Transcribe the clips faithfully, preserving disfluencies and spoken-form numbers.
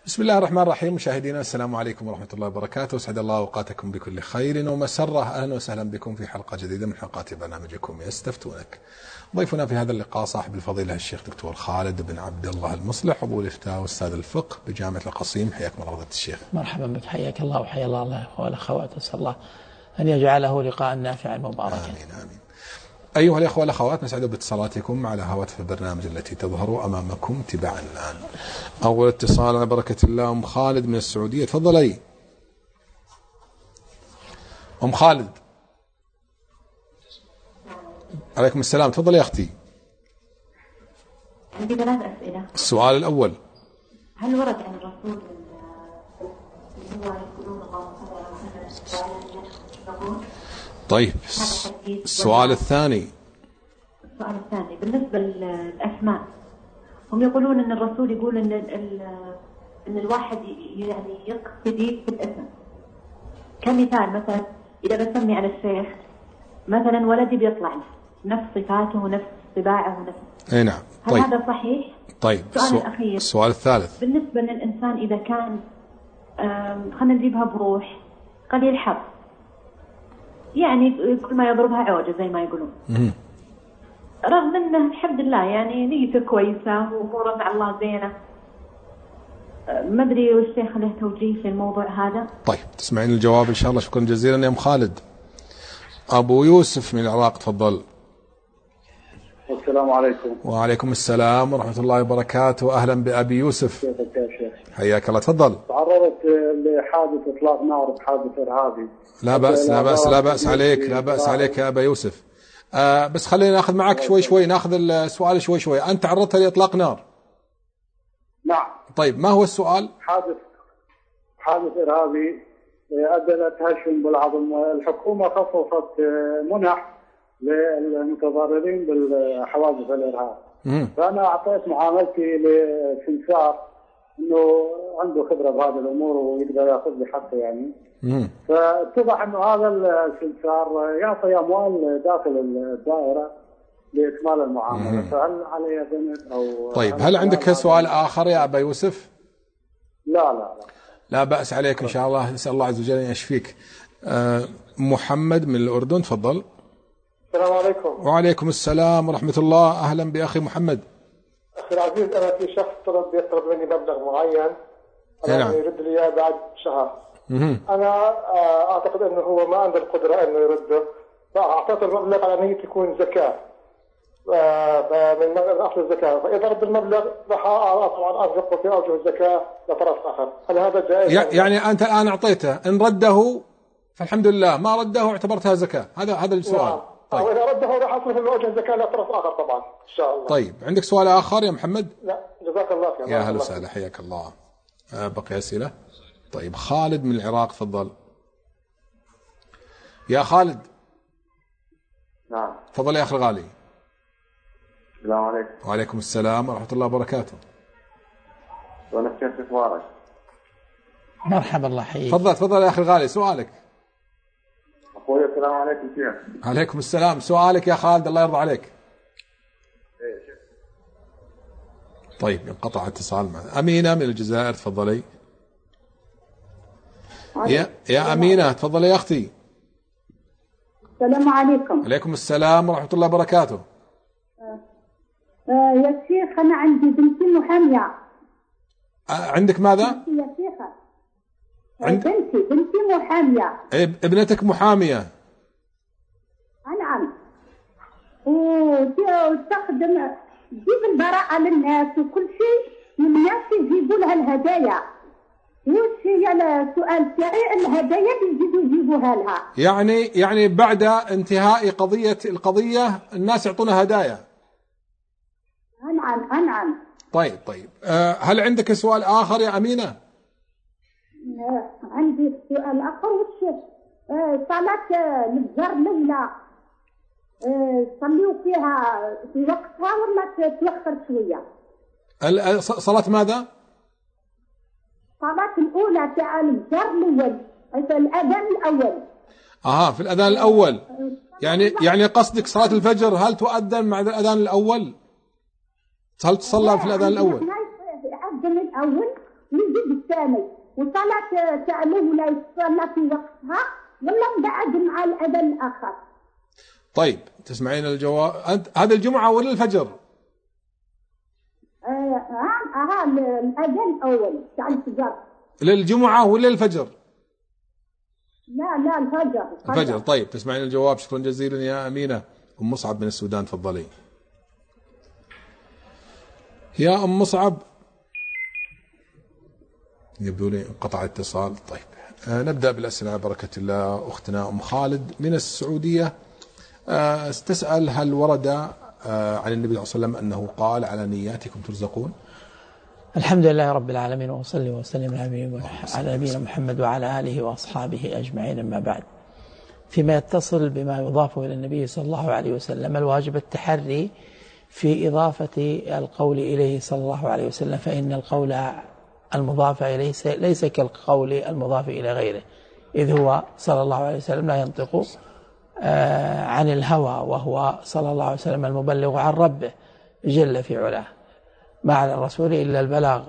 بسم الله الرحمن الرحيم. مشاهدينا السلام عليكم ورحمة الله وبركاته، اسعد الله اوقاتكم بكل خير ومسرة. اهلا وسهلا بكم في حلقة جديدة من حلقات برنامجكم يستفتونك. ضيفنا في هذا اللقاء صاحب الفضيلة الشيخ دكتور خالد بن عبد الله المصلح، عضو الافتاء واستاذ الفقه بجامعة القصيم. حياكم الله فضيلة الشيخ. مرحبا بك، حياك الله وحيا الله والاخوات، اسال الله ان يجعله لقاء نافعا مباركا. امين امين. أيها الأخوة والأخوات، نسعد باتصالاتكم على هواتف البرنامج التي تظهر أمامكم تباعا الآن. أول اتصال على بركة الله أم خالد من السعودية، تفضلي أم خالد. عليكم السلام، تفضلي يا أختي. عندي ثلاث أسئلة. السؤال الأول: هل ورد عن الرسول اللي هو يقولون اللهم صل على محمد وعلى آله وصحبه؟ طيب السؤال الثاني. السؤال الثاني بالنسبة للأسماء، هم يقولون أن الرسول يقول أن أن الواحد يعني يقتدي في الاسم. كمثال مثلا إذا بسمي على الشيخ مثلا ولدي بيطلع نفس صفاته ونفس طباعه ونفس. أي نعم. هل طيب. هذا صحيح؟ طيب السؤال الأخير. السؤال الثالث: بالنسبة للإنسان إذا كان خلينا نجيبها بروح قليل حظ، يعني كل ما يضربها عوجة زي ما يقولون، مم. رغم انه الحمد لله يعني نيته كويسة واموره مع الله زينة، ما ادري والشيخ له توجيه في الموضوع هذا. طيب تسمعين الجواب ان شاء الله. شكرا جزيلا يا ام خالد. ابو يوسف من العراق، تفضل. السلام عليكم. وعليكم السلام ورحمة الله وبركاته. اهلا بابي يوسف. كيفك يا شيخ؟ حياك الله، تفضل. تعرضت لحادث اطلاق نار بحادث ارهابي. لا بأس لا بأس لا بأس عليك لا بأس عليك يا أبا يوسف. آه بس خلينا ناخذ معك شوي شوي، ناخذ السؤال شوي شوي. أنت تعرضت لإطلاق نار؟ نعم. طيب ما هو السؤال؟ حادث حادث إرهابي أدى إلى تهشم بالعظم. الحكومة خصصت منح للمتضررين بالحوادث الإرهاب. مم. فأنا أعطيت معاملتي لسمسار إنه عنده خبرة بهذه الأمور ويقدر يأخذ لي حقه يعني. مم. فاتضح انه هذا السمسار يعطي اموال داخل الدائره لاكمال المعامله. مم. فهل علي ذنب او طيب هل عندك سؤال اخر يا ابا يوسف؟ لا لا لا لا بأس عليك ان شاء الله. نسأل الله عز وجل ان يشفيك. آه محمد من الاردن، تفضل. السلام عليكم. وعليكم السلام ورحمة الله. اهلا باخي محمد. اخي العزيز، انا في شخص طلب يطلب مني مبلغ معين، انا يرد لي اياه بعد شهر. مم. أنا أعتقد أنه هو ما عنده القدرة أنه يرده، فأعطيته المبلغ على نية يكون زكاة من أصل الزكاة، فإذا رد المبلغ راح طبعا أنفقه في أوجه الزكاة لطرف آخر. هل هذا جائز؟ يعني أنت الآن أعطيته، إن رده فالحمد لله، ما رده اعتبرتها زكاة. هذا هذا السؤال. نعم. طيب. وإذا رده راح أصرف من وجه الزكاة لطرف آخر طبعا إن شاء الله. طيب عندك سؤال آخر يا محمد؟ لا جزاك الله خير. يا هلا وسهلا، حياك الله. آه بقي أسئلة؟ طيب خالد من العراق، تفضل يا خالد. نعم. تفضل يا أخي الغالي. السلام عليكم. وعليكم السلام ورحمة الله وبركاته. وانا كيف اخبارك؟ مرحبا، الله يحييك. تفضل تفضل يا أخي الغالي، سؤالك. اخوي السلام عليكم. كيف؟ عليكم السلام. سؤالك يا خالد، الله يرضى عليك. طيب انقطع اتصال معنا. أمينة من الجزائر، تفضلي. يا يا أمينة، تفضلي يا أختي. السلام عليكم. عليكم السلام ورحمة الله وبركاته. آه يا شيخ، أنا عندي بنتي محامية. آه عندك ماذا؟ بنتي يا شيخ. عند... بنتي بنتي محامية. ابنتك محامية؟ نعم. وتخدم تجيب البراءة للناس وكل شيء، والناس يجيبوا لها الهدايا. وش هي السؤال تاعي؟ الهدايا بيجيبوا يجيبوها لها. يعني يعني بعد انتهاء قضية القضية الناس يعطونها هدايا. نعم نعم. طيب طيب أه هل عندك سؤال آخر يا أمينة؟ أه عندي سؤال آخر. وش أه صلاة الفجر الأولى أه صليوا فيها في وقتها ولا تتوخر شوية؟ صلاة ماذا؟ الصلاة الأولى تاع الفجر الأول، في الأذان الأول. أها في الأذان الأول. يعني يعني قصدك صلاة الفجر هل تؤذن مع الأذان الأول؟ هل تصلى في الأذان الأول؟ يأذن الأول يزيد الثاني، وصلاة تعلم ولا يصلى في وقتها ولا بعد مع الأذان الآخر. طيب تسمعين الجواب أنت هذا الجمعة ولا الفجر؟ آه آه الأذان الأول تاع الفجر. للجمعة ولا الفجر؟ لا لا الفجر. الفجر. طيب تسمعين الجواب. شكرا جزيلا يا أمينة. أم مصعب من السودان تفضلي. يا أم مصعب يبدو لي انقطع الاتصال. طيب آه نبدأ بالأسئلة بركة الله. أختنا أم خالد من السعودية آه تسأل هل ورد آه عن النبي صلى الله عليه وسلم أنه قال على نياتكم ترزقون؟ الحمد لله رب العالمين، وصلي وسلم على نبينا محمد وعلى آله وأصحابه أجمعين. أما بعد، فيما يتصل بما يضاف إلى النبي صلى الله عليه وسلم الواجب التحري في إضافة القول إليه صلى الله عليه وسلم، فإن القول المضاف إليه ليس كالقول المضاف إلى غيره، إذ هو صلى الله عليه وسلم لا ينطق عن الهوى، وهو صلى الله عليه وسلم المبلغ عن ربه جل في علاه، ما على الرسول إلا البلاغ.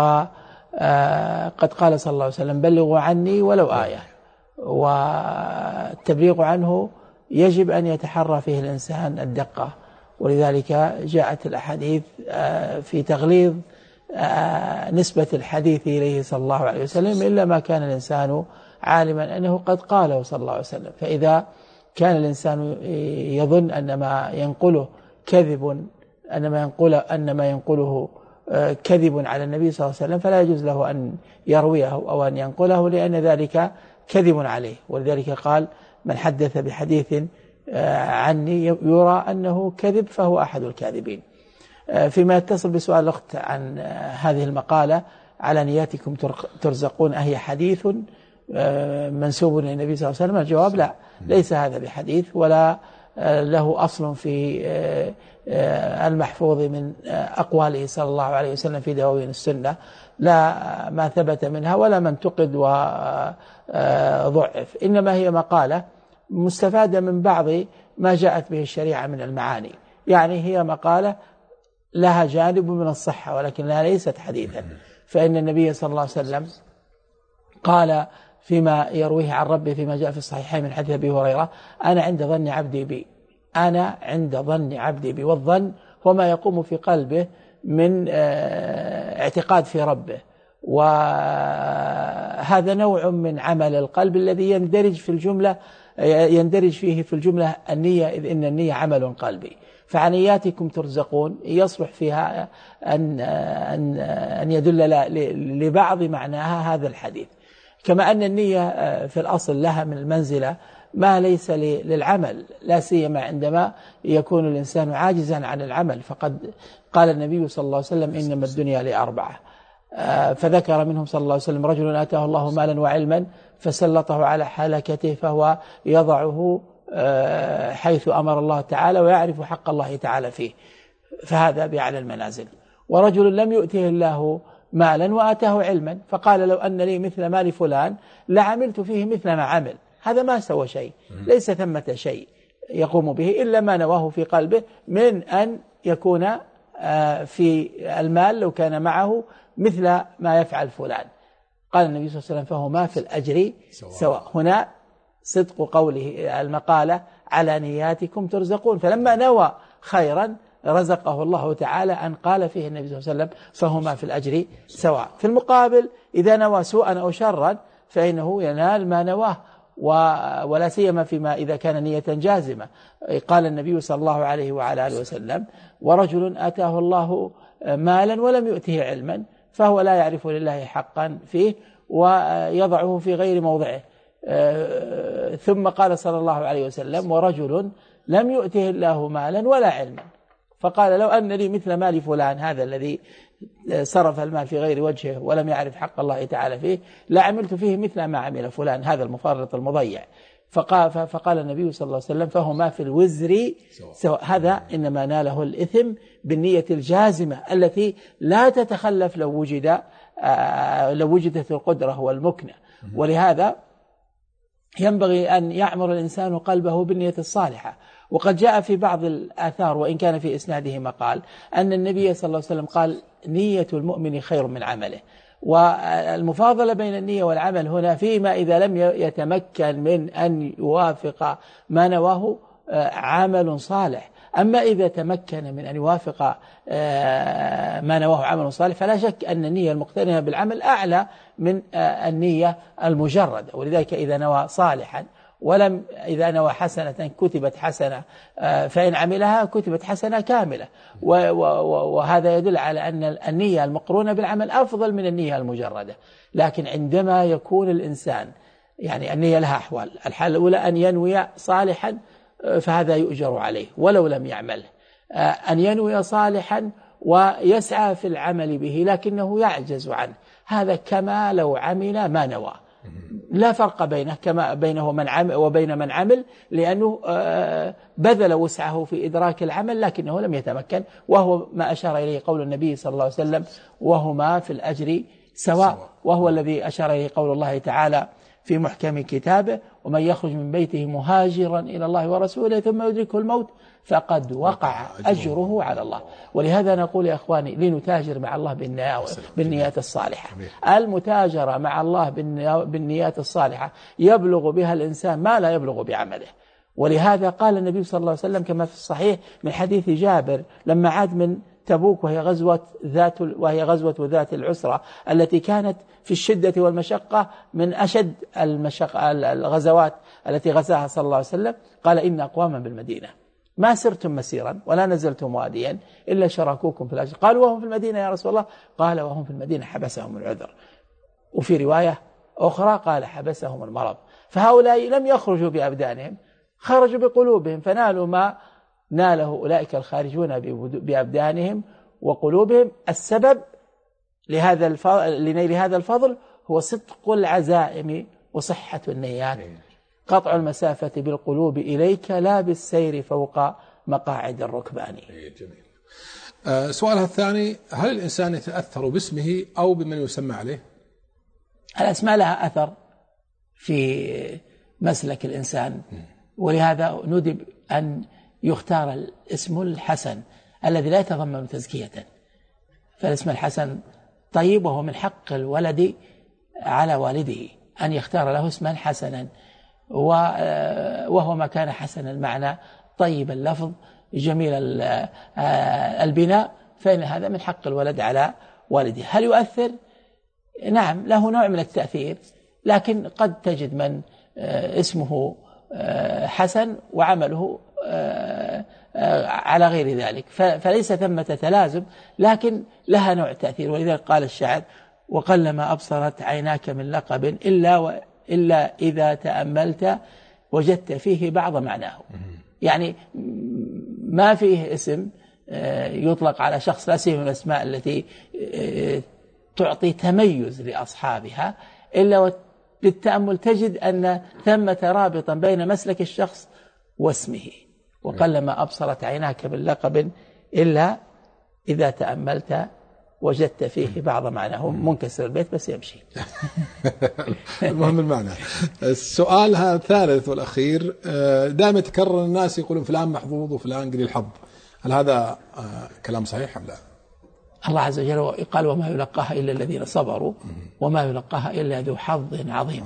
وقد قال صلى الله عليه وسلم بلغوا عني ولو آية، والتبليغ عنه يجب أن يتحرى فيه الإنسان الدقة، ولذلك جاءت الأحاديث في تغليظ نسبة الحديث إليه صلى الله عليه وسلم إلا ما كان الإنسان عالما أنه قد قاله صلى الله عليه وسلم. فإذا كان الإنسان يظن أن ما ينقله كذب أن ما ينقله أن ما ينقله كذب على النبي صلى الله عليه وسلم، فلا يجوز له أن يرويه أو أن ينقله، لأن ذلك كذب عليه. ولذلك قال من حدث بحديث عني يرى أنه كذب فهو أحد الكاذبين. فيما يتصل بسؤال الأخت عن هذه المقالة على نياتكم ترزقون أهي حديث منسوب للنبي صلى الله عليه وسلم؟ الجواب لا، ليس هذا بحديث ولا له أصل في المحفوظ من أقواله صلى الله عليه وسلم في دواوين السنة، لا ما ثبت منها ولا من انتقد وضعف، إنما هي مقالة مستفادة من بعض ما جاءت به الشريعة من المعاني، يعني هي مقالة لها جانب من الصحة ولكنها ليست حديثا. فإن النبي صلى الله عليه وسلم قال فيما يرويه عن ربه فيما جاء في الصحيحين من حديث أبي هريرة أنا عند ظن عبدي بي، أنا عند ظن عبدي بي، والظن هو ما يقوم في قلبه من اعتقاد في ربه، وهذا نوع من عمل القلب الذي يندرج في الجملة يندرج فيه في الجملة النية، إذ إن النية عمل قلبي. فعنياتكم ترزقون يصلح فيها أن أن أن يدل لبعض معناها هذا الحديث، كما أن النية في الأصل لها من المنزلة ما ليس للعمل، لا سيما عندما يكون الإنسان عاجزا عن العمل. فقد قال النبي صلى الله عليه وسلم إنما الدنيا لأربعة، فذكر منهم صلى الله عليه وسلم رجل آتاه الله مالا وعلما فسلطه على حلكته فهو يضعه حيث أمر الله تعالى ويعرف حق الله تعالى فيه، فهذا بأعلى المنازل. ورجل لم يؤته الله مالا وآتاه علما فقال لو أن لي مثل مال فلان لعملت فيه مثل ما عمل، هذا ما سوى شيء، ليس ثمة شيء يقوم به إلا ما نواه في قلبه من أن يكون في المال لو كان معه مثل ما يفعل فلان. قال النبي صلى الله عليه وسلم فهما في الأجر سواء. هنا صدق قوله المقالة على نياتكم ترزقون، فلما نوى خيرا رزقه الله تعالى أن قال فيه النبي صلى الله عليه وسلم فهما في الأجر سواء. في المقابل إذا نوى سوءا أو شرا فإنه ينال ما نواه، ولا سيما فيما إذا كان نية جازمة. قال النبي صلى الله عليه وعلى آله وسلم ثم آتاه الله مالا ولم يؤته علما فهو لا يعرف لله حقا فيه ويضعه في غير موضعه. ثم قال صلى الله عليه وسلم ورجل لم يؤته الله مالا ولا علما فقال لو أن لي مثل مال فلان، هذا الذي صرف المال في غير وجهه ولم يعرف حق الله تعالى فيه لعملت فيه مثل ما عمل فلان، هذا المفرط المضيع. فقال, فقال النبي صلى الله عليه وسلم فهما في الوزر سواء. هذا إنما ناله الإثم بالنية الجازمة التي لا تتخلف لو وجد لو وجدت القدرة والمكنة. ولهذا ينبغي أن يعمر الإنسان قلبه بالنية الصالحة. وقد جاء في بعض الآثار وإن كان في إسناده مقال أن النبي صلى الله عليه وسلم قال نية المؤمن خير من عمله، والمفاضلة بين النية والعمل هنا فيما إذا لم يتمكن من أن يوافق ما نواه عمل صالح. أما إذا تمكن من أن يوافق ما نواه عمل صالح فلا شك أن النية المقترنة بالعمل أعلى من النية المجردة. ولذلك إذا نوى صالحا ولم إذا نوى حسنة كتبت حسنة، فإن عملها كتبت حسنة كاملة. وهذا يدل على أن النية المقرونة بالعمل أفضل من النية المجردة. لكن عندما يكون الإنسان يعني النية لها أحوال، الحالة الأولى أن ينوي صالحا فهذا يؤجر عليه ولو لم يعمل، أن ينوي صالحا ويسعى في العمل به لكنه يعجز عنه، هذا كما لو عمل ما نوى، لا فرق بينه كما بينه من عمل وبين من عمل، لأنه بذل وسعه في إدراك العمل لكنه لم يتمكن، وهو ما أشار إليه قول النبي صلى الله عليه وسلم وهما في الأجر سواء، وهو الذي أشار إليه قول الله تعالى في محكم كتابه ومن يخرج من بيته مهاجرا إلى الله ورسوله ثم يدركه الموت فقد وقع أجره على الله. ولهذا نقول يا أخواني لنتاجر مع الله بالنيات الصالحة. المتاجرة مع الله بالنيات الصالحة يبلغ بها الإنسان ما لا يبلغ بعمله. ولهذا قال النبي صلى الله عليه وسلم كما في الصحيح من حديث جابر لما عاد من تبوك وهي غزوة ذات وهي غزوة ذات العسرة التي كانت في الشدة والمشقة من أشد المشقة الغزوات التي غزاها صلى الله عليه وسلم، قال إن أقواما بالمدينة ما سرتم مسيرا ولا نزلتم واديا إلا شاركوكم في الأجر. قالوا وهم في المدينة يا رسول الله؟ قال وهم في المدينة حبسهم العذر. وفي رواية أخرى قال حبسهم المرض. فهؤلاء لم يخرجوا بأبدانهم، خرجوا بقلوبهم فنالوا ما ناله أولئك الخارجون بأبدانهم وقلوبهم. السبب لهذا الفضل لنيل هذا الفضل هو صدق العزائم وصحة النيات، قطع المسافة بالقلوب إليك لا بالسير فوق مقاعد الركبان. جميل. أه سؤالها الثاني، هل الإنسان يتأثر باسمه أو بمن يسمى عليه؟ الأسماء لها أثر في مسلك الإنسان، ولهذا ندب أن يختار الاسم الحسن الذي لا يتضمن تزكية. فالاسم الحسن طيب، وهو من حق الولد على والده أن يختار له اسما حسنا، وهو ما كان حسن المعنى طيب اللفظ جميل البناء، فإن هذا من حق الولد على والده. هل يؤثر؟ نعم، له نوع من التأثير، لكن قد تجد من اسمه حسن وعمله على غير ذلك، فليس ثمة تلازم، لكن لها نوع تأثير. ولذلك قال الشاعر وقلما أبصرت عيناك من لقب إلا, و إلا إذا تأملت وجدت فيه بعض معناه. يعني ما فيه اسم يطلق على شخص، لا سيما الأسماء التي تعطي تميز لأصحابها، إلا بالتأمل تجد أن ثمة رابطا بين مسلك الشخص واسمه. وقلما أبصرت عيناك من لقب إلا إذا تأملت وجدت فيه بعض معناه. منكسر البيت بس يمشي. المهم المعنى. السؤال هذا الثالث والأخير، دائما يتكرر الناس يقولون فلان محظوظ وفلان قليل الحظ، هل هذا كلام صحيح أم لا؟ الله عز وجل قال وما يلقاها إلا الذين صبروا وما يلقاها إلا ذو حظ عظيم.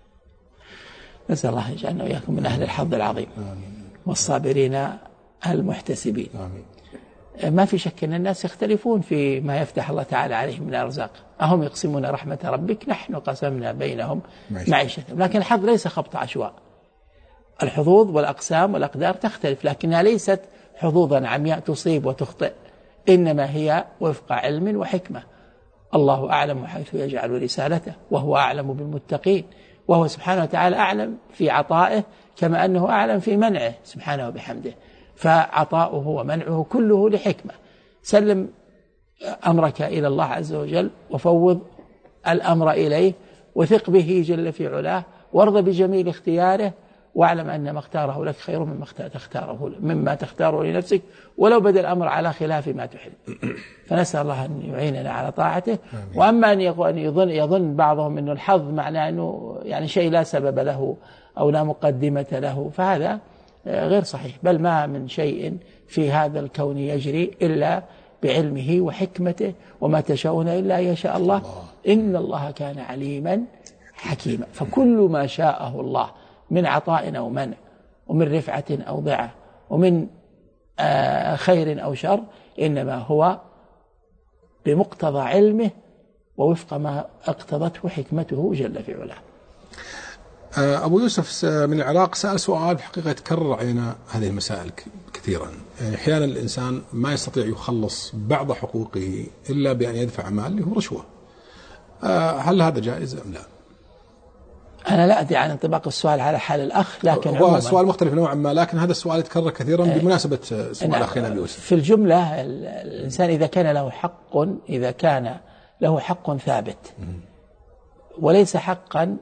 نسأل الله يجعلنا وإياكم من أهل الحظ العظيم والصابرين المحتسبين. آمين. ما في شك أن الناس يختلفون في ما يفتح الله تعالى عليهم من الأرزاق. أهم يقسمون رحمة ربك نحن قسمنا بينهم معيشتهم. لكن الحظ ليس خبط عشواء. الحظوظ والأقسام والأقدار تختلف، لكنها ليست حظوظا عمياء تصيب وتخطئ، إنما هي وفق علم وحكمة. الله أعلم حيث يجعل رسالته وهو أعلم بالمتقين، وهو سبحانه وتعالى أعلم في عطائه كما أنه أعلم في منعه سبحانه وبحمده. فعطاؤه ومنعه كله لحكمة. سلم أمرك إلى الله عز وجل وفوض الأمر إليه وثق به جل في علاه، وارض بجميل اختياره، واعلم أن ما اختاره لك خير مما تختاره مما تختاره لنفسك، ولو بدأ الأمر على خلاف ما تحب. فنسأل الله أن يعيننا على طاعته. وأما أن يظن, يظن بعضهم أنه الحظ معناه أنه يعني شيء لا سبب له أو لا مقدمة له، فهذا غير صحيح. بل ما من شيء في هذا الكون يجري إلا بعلمه وحكمته، وما تشاءون إلا أن يشاء الله، إن الله كان عليما حكيما. فكل ما شاءه الله من عطاء أو منع، ومن رفعة أو ضعة، ومن خير أو شر، إنما هو بمقتضى علمه ووفق ما اقتضته حكمته جل في علاه. أبو يوسف من العراق سأل سؤال حقيقة يتكرر علينا هذه المسائل كثيرا. يعني أحيانا الإنسان ما يستطيع يخلص بعض حقوقه إلا بأن يدفع مال اللي هو رشوة. هل هذا جائز أم لا؟ أنا لا أدري عن انطباق السؤال على حال الأخ، لكن هو سؤال مختلف نوعا ما، لكن هذا السؤال يتكرر كثيرا بمناسبة سؤال أخينا أبو يوسف. في الجملة الإنسان إذا كان له حق إذا كان له حق ثابت وليس حقا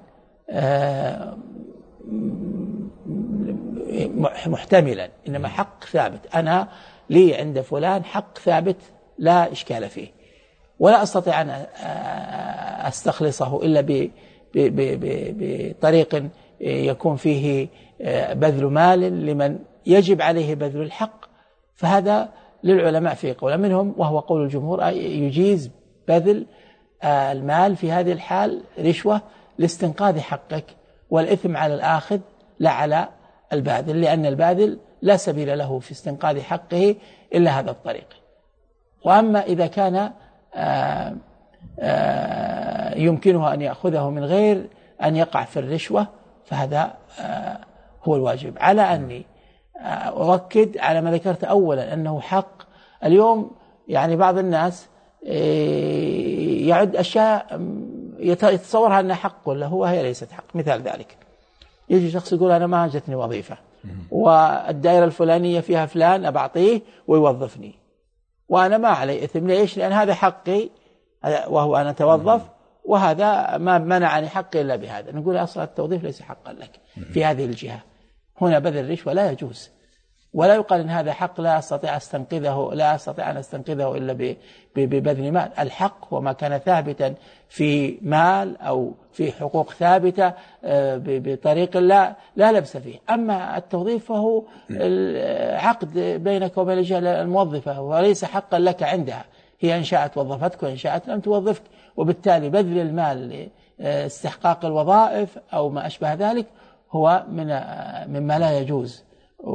محتملا، إنما حق ثابت، أنا لي عند فلان حق ثابت لا إشكال فيه، ولا أستطيع أن أستخلصه إلا بطريق يكون فيه بذل مال لمن يجب عليه بذل الحق، فهذا للعلماء في قول منهم، وهو قول الجمهور، يجيز بذل المال في هذه الحال رشوة لاستنقاذ حقك، والإثم على الآخذ لا على الباذل، لأن الباذل لا سبيل له في استنقاذ حقه إلا هذا الطريق. وأما إذا كان آآ آآ يمكنه أن يأخذه من غير أن يقع في الرشوة، فهذا هو الواجب. على أني أؤكد على ما ذكرت أولا أنه حق. اليوم يعني بعض الناس يعد أشياء يتصورها أنها حق له وهي ليست حق. مثال ذلك، يجي شخص يقول أنا ما جتني وظيفة والدائرة الفلانية فيها فلان أبعطيه ويوظفني وأنا ما علي إثم. ليش؟ لأن هذا حقي وهو أنا أتوظف، وهذا ما منعني حقي إلا بهذا. نقول أصلا التوظيف ليس حقا لك في هذه الجهة. هنا بذل الرشوة لا يجوز، ولا يقال إن هذا حق لا أستطيع أستنقذه لا أستطيع أن أستنقذه إلا ببذل مال. الحق وما كان ثابتا في مال أو في حقوق ثابتة بطريق لا لا لبس فيه. أما التوظيف فهو عقد بينك وبين الجهة الموظفة، وليس حقا لك عندها. هي إن شاءت وظفتك وإن شاءت لم توظفك، وبالتالي بذل المال لاستحقاق الوظائف أو ما أشبه ذلك هو من مما لا يجوز.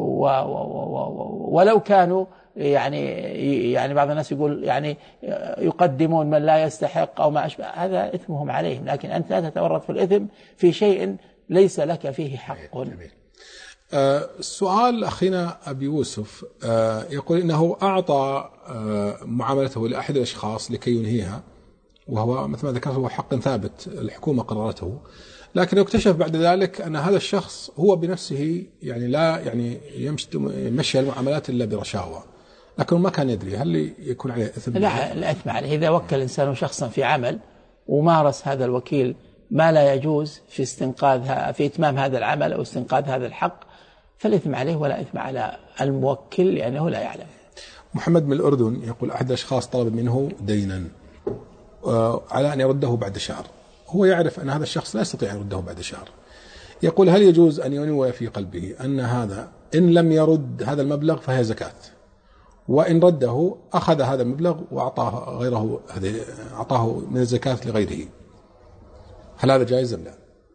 ولو كانوا يعني يعني بعض الناس يقول يعني يقدمون من لا يستحق أو ما أشبه، هذا إثمهم عليهم، لكن أنت لا تتورط في الإثم في شيء ليس لك فيه حق. جميل. آه سؤال أخينا أبي يوسف آه يقول إنه أعطى آه معاملته لأحد الأشخاص لكي ينهيها، وهو مثل ما ذكرت هو حق ثابت الحكومة قررته، لكن اكتشف بعد ذلك أن هذا الشخص هو بنفسه يعني لا يعني يمشي المعاملات إلا برشاوى، لكنه ما كان يدري. هل يكون عليه إثم؟ لا، الإثم عليه. إذا وكل الإنسان شخصا في عمل ومارس هذا الوكيل ما لا يجوز في استنقاذ في إتمام هذا العمل أو استنقاذ هذا الحق، فالإثم عليه ولا إثم على الموكل لأنه لا يعلم. محمد من الأردن يقول أحد الأشخاص طلب منه دينا على أن يرده بعد شهر، هو يعرف أن هذا الشخص لا يستطيع أن يرده بعد شهر. يقول هل يجوز أن ينوي في قلبه أن هذا إن لم يرد هذا المبلغ فهي زكاة، وإن رده أخذ هذا المبلغ وأعطاه غيره أعطاه من الزكاة لغيره؟ هل هذا جائز أم لا؟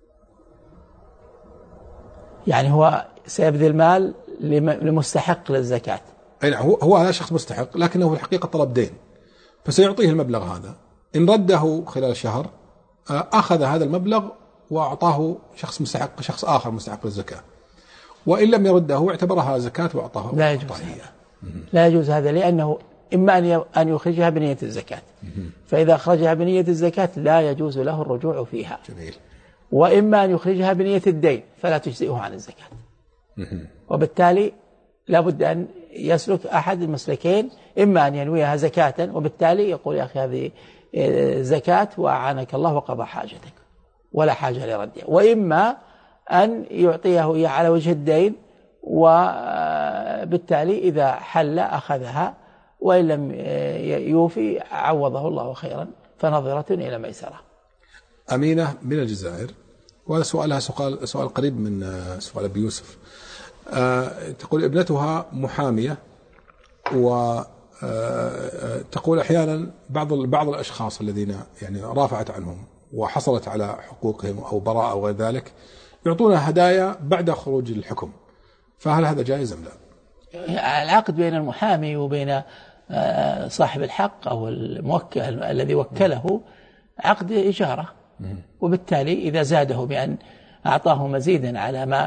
يعني هو سيبذل المال لمستحق للزكاة. أي نعم، هو هو هذا شخص مستحق، لكنه في الحقيقة طلب دين، فسيعطيه المبلغ هذا. إن رده خلال شهر أخذ هذا المبلغ وأعطاه شخص مستحق شخص آخر مستحق للزكاة، وإن لم يرده اعتبرها زكاة وأعطاه. لا يجوز هذا. لا يجوز هذا، لأنه إما أن أن يخرجها بنية الزكاة، فإذا أخرجها بنية الزكاة لا يجوز له الرجوع فيها. جميل. وإما أن يخرجها بنية الدين فلا تجزئه عن الزكاة. وبالتالي لابد أن يسلك أحد المسلكين، إما أن ينويها زكاة وبالتالي يقول يا أخي هذه زكاة وأعانك الله وقضى حاجتك ولا حاجة لردها، وإما أن يعطيه إياه على وجه الدين، وبالتالي إذا حل أخذها، وإن لم يوفي عوضه الله خيرا فنظرة إلى ميسرة. أمينة من الجزائر، وهذا سؤالها سؤال سؤال قريب من سؤال أبي يوسف. أه تقول ابنتها محامية و تقول أحيانا بعض بعض الأشخاص الذين يعني رافعت عنهم وحصلت على حقوقهم أو براءة أو غير ذلك يعطونها هدايا بعد خروج الحكم، فهل هذا جائز أم لا؟ العقد بين المحامي وبين صاحب الحق أو الموكل الذي وكله عقد إجارة، وبالتالي إذا زاده بأن أعطاه مزيدا على ما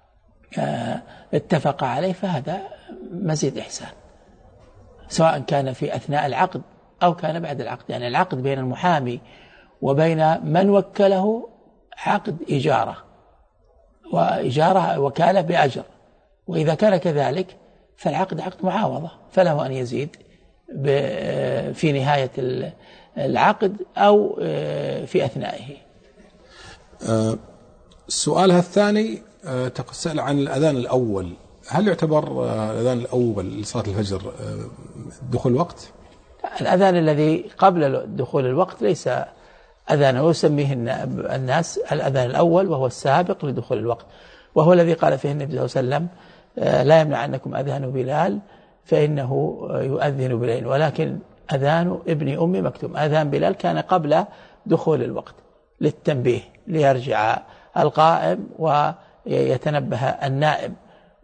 اتفق عليه فهذا مزيد إحسان، سواء كان في أثناء العقد أو كان بعد العقد. يعني العقد بين المحامي وبين من وكله عقد إجارة، وإجارة وكالة بأجر، وإذا كان كذلك فالعقد عقد معاوضة، فله أن يزيد في نهاية العقد أو في أثنائه. سؤالها الثاني تسأل عن الأذان الأول، هل يعتبر الأذان الأول لصلاة الفجر دخول الوقت؟ الأذان الذي قبل دخول الوقت ليس أذانا، ويسميه الناس الأذان الأول، وهو السابق لدخول الوقت، وهو الذي قال فيه النبي صلى الله عليه وسلم لا يمنعنكم أذان بلال فإنه يؤذن بليل، ولكن أذان ابن أم مكتوم. أذان بلال كان قبل دخول الوقت للتنبيه ليرجع القائم ويتنبه النائم.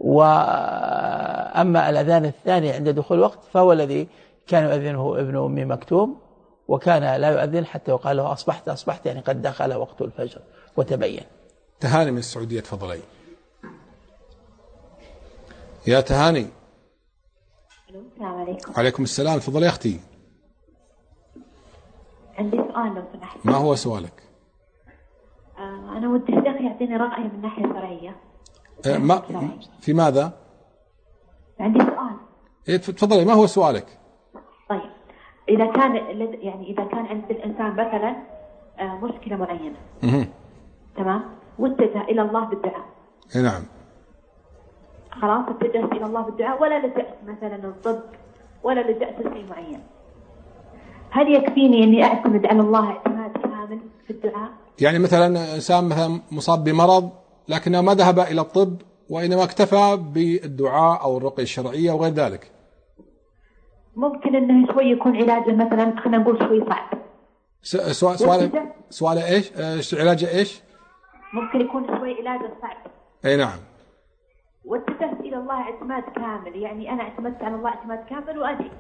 وأما الأذان الثاني عند دخول الوقت فهو الذي كان يؤذنه ابن أم مكتوم، وكان لا يؤذن حتى يقال له أصبحت أصبحت، يعني قد دخل وقت الفجر وتبين. تهاني من السعودية، تفضلي يا تهاني. السلام عليكم. وعليكم السلام، تفضلي يا أختي. عندي سؤال لو سمحت. ما هو سؤالك؟ آه أنا ودي الشيخ يعطيني رأي من ناحية شرعية. آه ما في ماذا؟ عندي سؤال. إيه تفضلي، ما هو سؤالك؟ طيب إذا كان يعني إذا كان عند الإنسان مثلا آه مشكلة معينة. اها. تمام؟ واتجه إلى الله بالدعاء. إيه نعم. خلاص اتجهت إلى الله بالدعاء، ولا لجأت مثلا الطب ولا لجأت لشيء معين، هل يكفيني إني أعتمد على الله اعتماد كامل في الدعاء؟ يعني مثلا إنسان مثلا مصاب بمرض لكنه ما ذهب إلى الطب وإنما اكتفى بالدعاء أو الرقية الشرعية وغير ذلك. ممكن إنه شوي يكون علاجه مثلا خلينا نقول شوي صعب. سؤال سؤال سؤال إيش؟ إيش علاجه إيش؟ ممكن يكون شوي علاجه صعب. أي نعم. واتجهت إلى الله اعتماد كامل، يعني أنا اعتمدت على الله اعتماد كامل وأدي.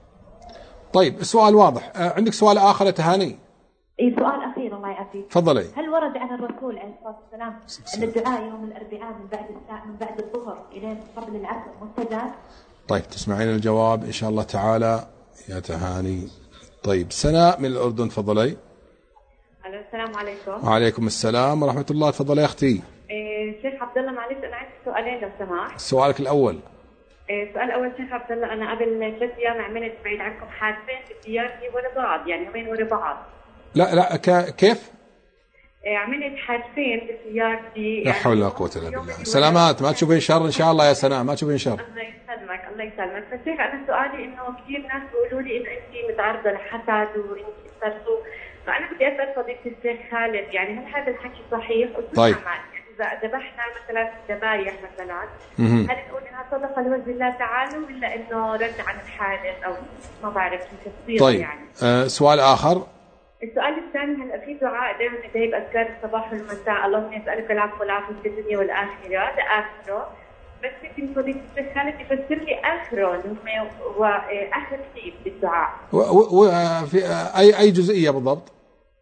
طيب السؤال واضح. عندك سؤال آخر يا تهاني؟ اي سؤال أخير الله يعافيك. تفضلي. هل ورد عن الرسول عليه الصلاة والسلام أن الدعاء يوم الأربعاء من بعد الساعة من بعد الظهر إلى قبل العصر مستجاب؟ طيب تسمعين الجواب إن شاء الله تعالى يا تهاني. طيب سناء من الأردن، تفضلي. السلام عليكم. وعليكم السلام ورحمة الله، تفضلي يا أختي. إيه شيخ عبد الله، معلش أنا عندي سؤالين لو سمحت. سؤالك الأول. إيه السؤال الأول شيخ عبد الله، أنا قبل ثلاث أيام عملت بعيد عنكم حادثين بسيارتي ورا بعض، يعني يومين ورا بعض. لا لا ك... كيف؟ إيه عملت حادثين بسيارتي. لا حول ولا قوة إلا بالله. سلامات، ما تشوفين شر إن شاء الله يا سناء، ما تشوفين شر. الله يسلمك الله يسلمك. فشيخ أنا سؤالي إنه كثير ناس بيقولوا لي إنه أنت متعرضة لحسد وأنت صرتوا، فأنا بدي أسأل فضيلة الشيخ خالد، يعني هل هذا الحكي صحيح؟ طيب. إذا ذبحنا مثلا ذبايح مثلا، هل نقول إنها صدقة لوجه الله تعالى ولا إنه رد عن الحادث أو ما بعرف كيف تصير؟ طيب. يعني. آه سؤال آخر. السؤال الثاني، هلا في دعاء دائما بدي بأذكار الصباح والمساء، اللهم يسألك العفو والعافية في الدنيا والآخرة، لآخره، بس يمكن فضيلة الشيخ خالد يفسر لي آخره اللي هو آخر شيء بالدعاء. وفي أي أي جزئية بالضبط؟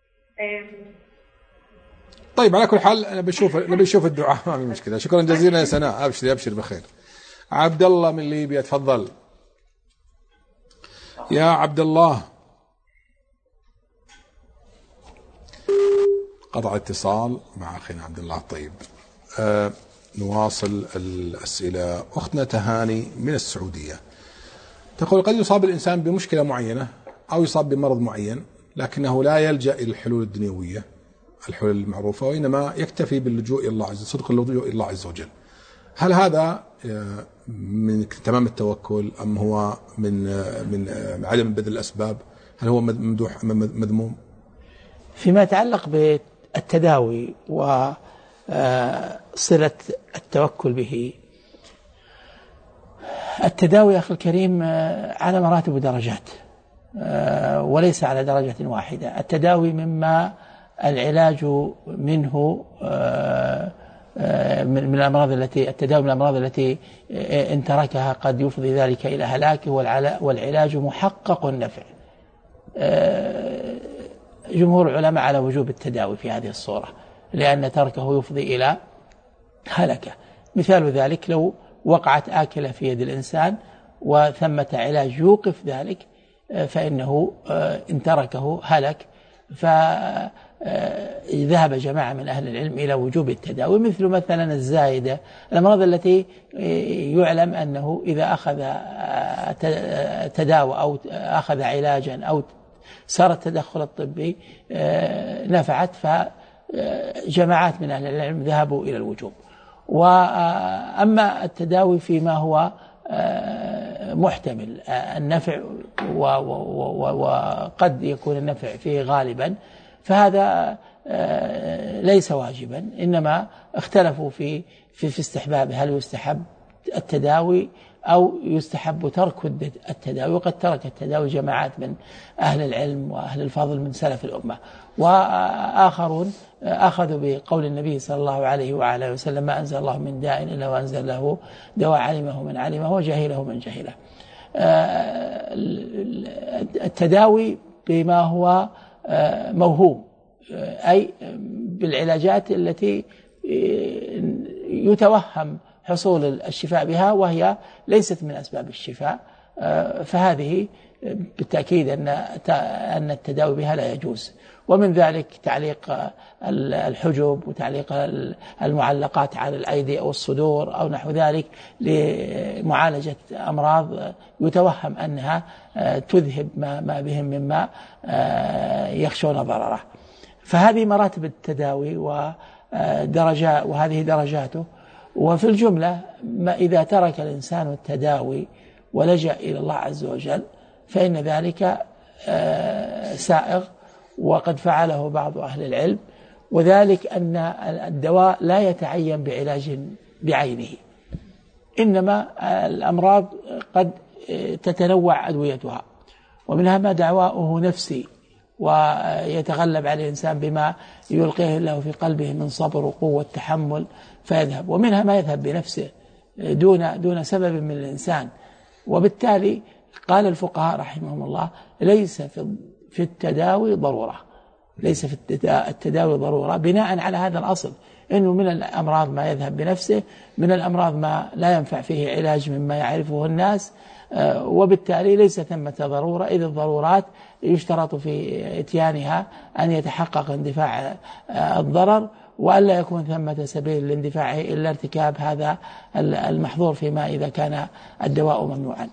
طيب على كل حال أنا بشوف نبي نشوف الدعاء، ما في مشكلة. شكرا جزيلا يا سناء، أبشر أبشر بخير. عبد الله من ليبيا، تفضل يا عبد الله. قطع اتصال مع أخينا عبد الله. طيب آه نواصل الأسئلة. أختنا تهاني من السعودية تقول قد يصاب الإنسان بمشكلة معينة أو يصاب بمرض معين لكنه لا يلجأ إلى الحلول الدنيوية الحلول المعروفة، وإنما يكتفي باللجوء إلى الله عز وجل، صدق اللجوء إلى الله عز وجل. هل هذا من تمام التوكل أم هو من من عدم بذل الأسباب؟ هل هو ممدوح أم مذموم؟ فيما يتعلق بالتداوي وصلة التوكل به، التداوي يا أخي الكريم على مراتب ودرجات وليس على درجة واحدة. التداوي مما العلاج منه من الأمراض التي التداوي من الأمراض التي إن تركها قد يفضي ذلك إلى هلاكه، والعلاج محقق النفع. جمهور العلماء على وجوب التداوي في هذه الصورة، لأن تركه يفضي إلى هلكة. مثال ذلك لو وقعت آكلة في يد الإنسان وثمة علاج يوقف ذلك، فإنه إن تركه هلك. فذهب جماعة من أهل العلم إلى وجوب التداوي، مثل مثلا الزايدة، الأمراض التي يعلم أنه إذا أخذ تداوى أو أخذ علاجا أو صار التدخل الطبي نفعت، فجماعات من أهل العلم ذهبوا إلى الوجوب. وأما التداوي فيما هو محتمل النفع وقد يكون النفع فيه غالبا، فهذا ليس واجبا، إنما اختلفوا في في استحباب، هل يستحب التداوي أو يستحب ترك التداوي. وقد ترك التداوي جماعات من أهل العلم وأهل الفضل من سلف الأمة، وآخرون أخذوا بقول النبي صلى الله عليه وعلى وسلم: ما أنزل الله من داء إلا وأنزل له دواء، علمه من علمه وجهله من جهله. التداوي بما هو موهوم، أي بالعلاجات التي يتوهم حصول الشفاء بها وهي ليست من أسباب الشفاء، فهذه بالتأكيد أن أن التداوي بها لا يجوز. ومن ذلك تعليق الحجب وتعليق المعلقات على الأيدي أو الصدور أو نحو ذلك لمعالجة أمراض يتوهم أنها تذهب ما بهم مما يخشون ضرره. فهذه مراتب التداوي ودرجات، وهذه درجاته. وفي الجملة ما إذا ترك الإنسان التداوي ولجأ إلى الله عز وجل فإن ذلك سائغ، وقد فعله بعض أهل العلم، وذلك أن الدواء لا يتعين بعلاج بعينه، إنما الأمراض قد تتنوع أدويتها، ومنها ما دعواؤه نفسي ويتغلب على الإنسان بما يلقيه الله في قلبه من صبر وقوة تحمل فيذهب، ومنها ما يذهب بنفسه دون دون سبب من الإنسان. وبالتالي قال الفقهاء رحمهم الله: ليس في في التداوي ضرورة، ليس في التداوي ضرورة، بناء على هذا الأصل، إنه من الأمراض ما يذهب بنفسه، من الأمراض ما لا ينفع فيه علاج مما يعرفه الناس، وبالتالي ليس ثمة ضرورة، إذ الضرورات يشترط في إتيانها أن يتحقق اندفاع الضرر، وألا يكون ثمة سبيل لاندفاعه إلا ارتكاب هذا المحظور فيما إذا كان الدواء ممنوعا.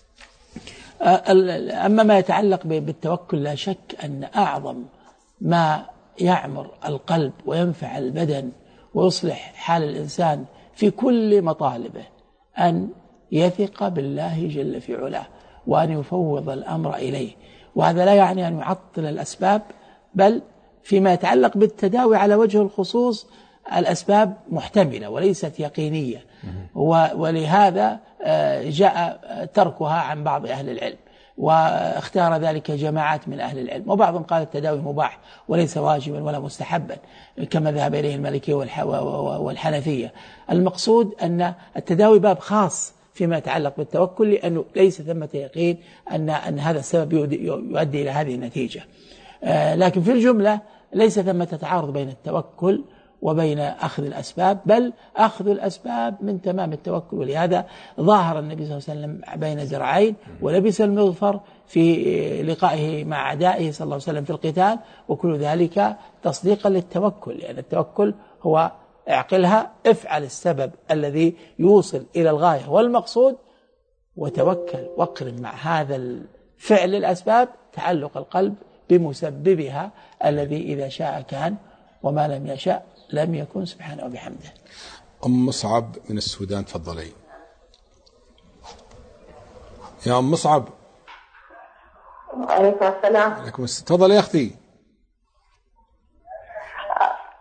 أما ما يتعلق بالتوكل، لا شك أن أعظم ما يعمر القلب وينفع البدن ويصلح حال الإنسان في كل مطالبه أن يثق بالله جل في علاه، وأن يفوض الأمر إليه. وهذا لا يعني أن يعطل الأسباب، بل فيما يتعلق بالتداوي على وجه الخصوص الأسباب محتملة وليست يقينية، ولهذا جاء تركها عن بعض أهل العلم، واختار ذلك جماعات من أهل العلم، وبعضهم قال التداوي مباح وليس واجبا ولا مستحبا كما ذهب إليه المالكية والحنفية. المقصود أن التداوي باب خاص فيما يتعلق بالتوكل، لأنه ليس ثمة يقين أن أن هذا السبب يؤدي إلى هذه النتيجة. لكن في الجملة ليس ثمة تعارض بين التوكل وبين أخذ الأسباب، بل أخذ الأسباب من تمام التوكل. ولهذا ظاهر النبي صلى الله عليه وسلم بين زرعين ولبس المغفر في لقائه مع أعدائه صلى الله عليه وسلم في القتال، وكل ذلك تصديقا للتوكل، لأن يعني التوكل هو اعقلها، افعل السبب الذي يوصل إلى الغاية والمقصود، وتوكل واقرن مع هذا الفعل الأسباب تعلق القلب بمسببها الذي إذا شاء كان وما لم يشاء لم يكن، سبحانه وبحمده. أم مصعب من السودان، تفضلي يا أم مصعب. عليكم السلام. عليكم السلام، تفضلي يا أختي.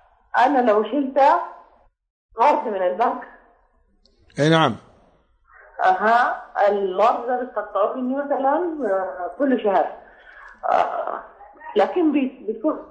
أنا لو شلت قرض من البنك. أي نعم. أها الوردة بتقطعوا مني مثلا كل شهر، آه لكن بتكون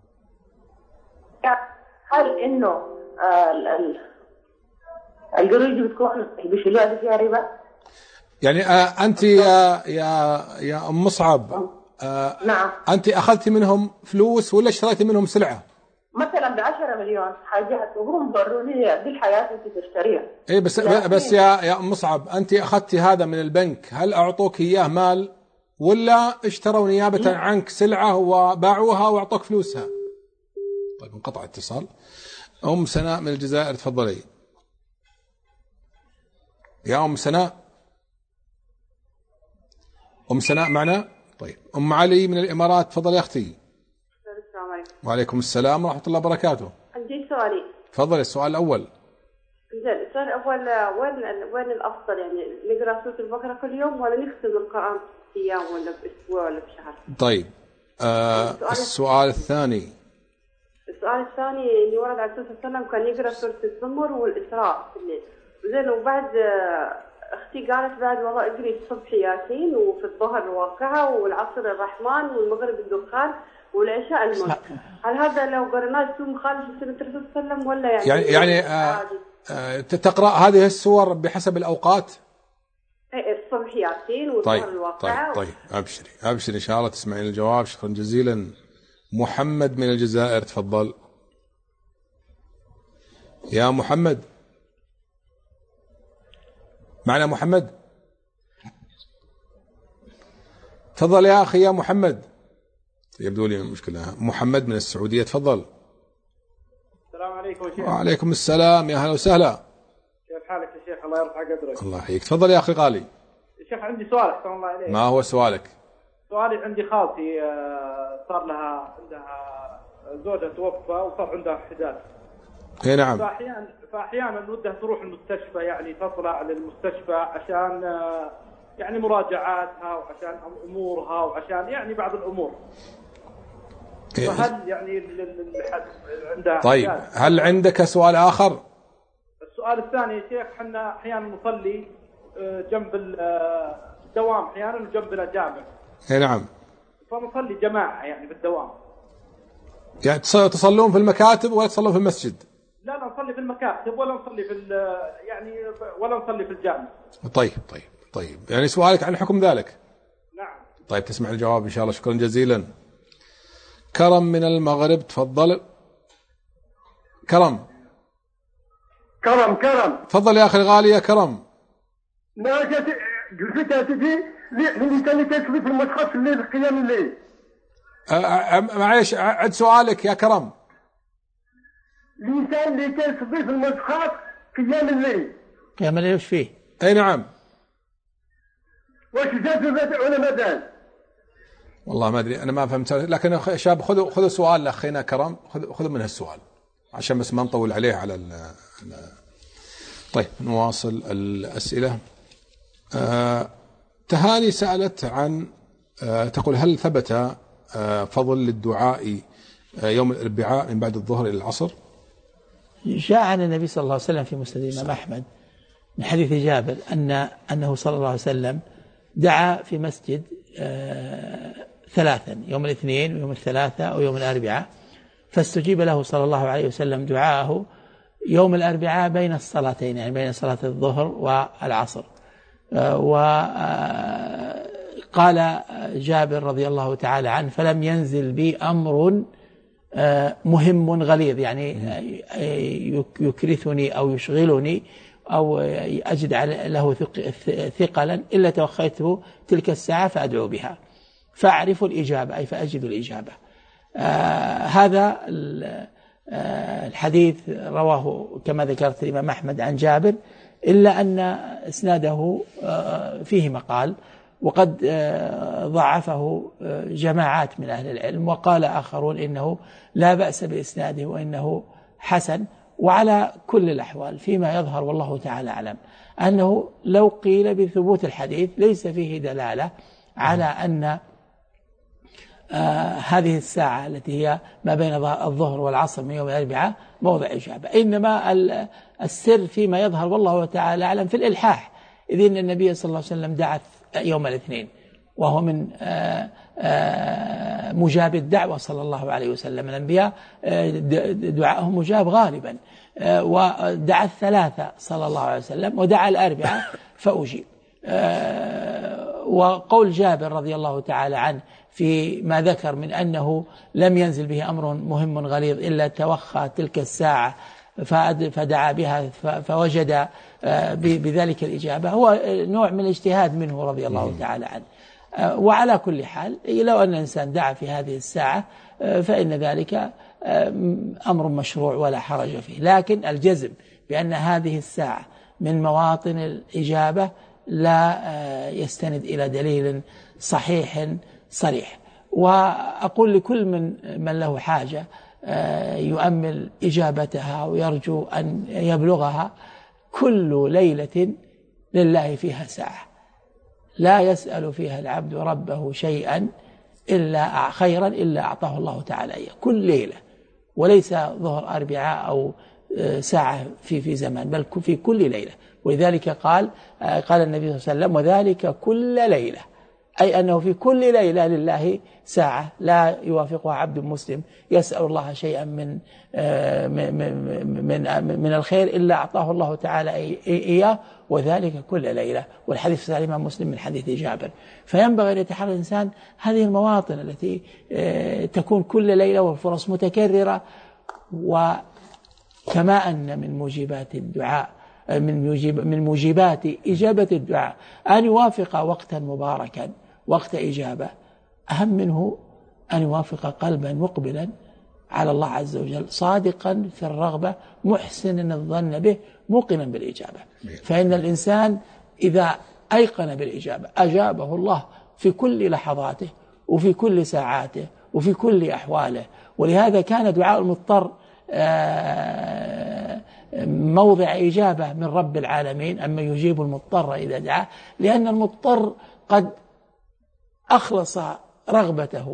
هل إنه آه القروش بتكون بيشيلوها فيها ربا؟ يعني آه أنت يا يا يا أم مصعب آه نعم، أنت أخذتي منهم فلوس ولا اشتريتي منهم سلعة؟ مثلا بعشرة مليون حاجات وهم ضروني بالحياة أنت تشتريها. إيه بس بس يا يا أم مصعب أنت أخذتي هذا من البنك، هل أعطوك إياه مال ولا اشتروا نيابة عنك سلعة وباعوها وأعطوك فلوسها؟ طيب انقطع اتصال. أم سناء من الجزائر تفضلي. يا أم سناء، أم سناء معنا؟ طيب أم علي من الإمارات تفضلي يا أختي. السلام عليكم. وعليكم السلام ورحمة الله وبركاته. عندي سؤالي. تفضلي السؤال الأول. زين، السؤال الأول وين وين الأفضل يعني نقرأ سورة البقرة كل يوم ولا نختم القرآن في أيام ولا بأسبوع ولا بشهر؟ طيب آه السؤال الثاني. السؤال الثاني اللي ورد على الرسول صلى الله عليه وسلم كان يقرأ سورة الزمر والإسراء في الليل. زين، وبعد أختي قالت بعد والله اقري الصبح ياسين وفي الظهر الواقعة والعصر الرحمن والمغرب الدخان والعشاء الملك. هل هذا لو قرناه يكون مخالف لسنة الرسول صلى الله عليه وسلم ولا يعني يعني, يعني آه آه تقرأ هذه السور بحسب الأوقات؟ الصبح ياسين والظهر طيب الواقعة. طيب طيب أبشري أبشري إن شاء الله تسمعين الجواب. شكرا جزيلا. محمد من الجزائر تفضل. يا محمد معنا؟ محمد تفضل يا أخي. يا محمد يبدو لي مشكلة. محمد من السعودية تفضل. السلام عليكم يا شيخ. وعليكم السلام، يا هلا وسهلا. كيف حالك يا شيخ؟ الله يرفع قدرك. الله يحييك. تفضل يا أخي غالي. يا شيخ عندي سؤال أحسن الله إليك. ما هو سؤالك؟ سؤالي عندي خالتي صار لها عندها زوجها توفى وصار عندها حداد. اي نعم. فأحيانا فأحيانا ودها تروح المستشفى، يعني تطلع للمستشفى عشان يعني مراجعاتها وعشان أمورها وعشان يعني بعض الأمور. فهل يعني عندها طيب حداد؟ هل عندك سؤال آخر؟ السؤال الثاني يا شيخ، حنا أحيانا نصلي جنب الدوام أحيانا وجنبنا جامع. اي نعم. فنصلي جماعة يعني بالدوام. يعني تصلون في المكاتب ولا تصلون في المسجد؟ لا لا نصلي في المكاتب ولا نصلي في يعني ولا نصلي في الجامع. طيب طيب طيب يعني سؤالك عن حكم ذلك؟ نعم. طيب تسمع الجواب إن شاء الله. شكرا جزيلا. كرم من المغرب تفضل. كرم كرم كرم تفضل يا أخي الغالي. يا كرم. ما جات قلت تجي اللي كان يكتب في المسخط في الليل قيام الليل. معلش عد سؤالك يا كرم. الإنسان اللي كان يصلي في المسخط قيام الليل. قيام الليل وش فيه؟ أي نعم. وش جاب العلماء ذا؟ والله ما أدري، أنا ما فهمت. لكن شاب خذوا خذوا سؤال لأخينا كرم، خذوا خذوا منه السؤال عشان بس ما نطول عليه على ال. طيب نواصل الأسئلة. آه تهاني سألت عن آه تقول هل ثبت آه فضل للدعاء آه يوم الأربعاء من بعد الظهر إلى العصر؟ جاء عن النبي صلى الله عليه وسلم في مسند الإمام أحمد من حديث جابر أن أنه صلى الله عليه وسلم دعا في مسجد آه ثلاثا، يوم الاثنين ويوم الثلاثاء ويوم الأربعاء، فاستجيب له صلى الله عليه وسلم دعاءه يوم الأربعاء بين الصلاتين، يعني بين صلاة الظهر والعصر. آه وقال جابر رضي الله تعالى عنه فلم ينزل بي أمر مهم غليظ، يعني يكرثني أو يشغلني أو أجد له ثقلا إلا توخيته تلك الساعة فأدعو بها فأعرف الإجابة، أي فأجد الإجابة. آه هذا الحديث رواه كما ذكرت الإمام أحمد عن جابر، إلا أن إسناده فيه مقال، وقد ضعفه جماعات من أهل العلم، وقال آخرون إنه لا بأس بإسناده وإنه حسن. وعلى كل الأحوال فيما يظهر والله تعالى أعلم أنه لو قيل بثبوت الحديث ليس فيه دلالة على أن آه هذه الساعة التي هي ما بين الظهر والعصر من يوم الأربعاء موضع إجابة، إنما السر فيما يظهر والله تعالى أعلم في الإلحاح، إذ إن النبي صلى الله عليه وسلم دعا يوم الاثنين، وهو من آآ آآ مجاب الدعوة صلى الله عليه وسلم. الأنبياء دعاءهم مجاب غالبا، ودعا الثلاثة صلى الله عليه وسلم، ودعا الأربعة فأجيب. وقول جابر رضي الله تعالى عنه في ما ذكر من أنه لم ينزل به أمر مهم غليظ إلا توخى تلك الساعة فدعا بها فوجد بذلك الإجابة، هو نوع من الاجتهاد منه رضي الله تعالى عنه. وعلى كل حال لو أن الإنسان دعا في هذه الساعة فإن ذلك أمر مشروع ولا حرج فيه، لكن الجزم بأن هذه الساعة من مواطن الإجابة لا يستند إلى دليل صحيح صريح. وأقول لكل من من له حاجة يؤمل إجابتها ويرجو أن يبلغها: كل ليلة لله فيها ساعة، لا يسأل فيها العبد ربه شيئا إلا خيرا إلا أعطاه الله تعالى إياه، كل ليلة، وليس ظهر أربعاء أو ساعة في في زمان، بل في كل ليلة. ولذلك قال قال النبي صلى الله عليه وسلم: وذلك كل ليلة، أي أنه في كل ليلة لله ساعة لا يوافقها عبد مسلم يسأل الله شيئا من من من, من الخير إلا أعطاه الله تعالى إياه، وذلك كل ليلة. والحديث صحيح الإمام مسلم من حديث جابر. فينبغي أن يتحرى الإنسان هذه المواطن التي تكون كل ليلة والفرص متكررة. وكما أن من موجبات الدعاء من موجب من موجبات إجابة الدعاء أن يوافق وقتا مباركا وقت إجابة، أهم منه أن يوافق قلبا مقبلا على الله عز وجل صادقا في الرغبة محسنا الظن به موقنا بالإجابة. فإن الإنسان إذا أيقن بالإجابة أجابه الله في كل لحظاته وفي كل ساعاته وفي كل أحواله. ولهذا كان دعاء المضطر موضع إجابة من رب العالمين، أما يجيب المضطر إذا دعاه، لأن المضطر قد أخلص رغبته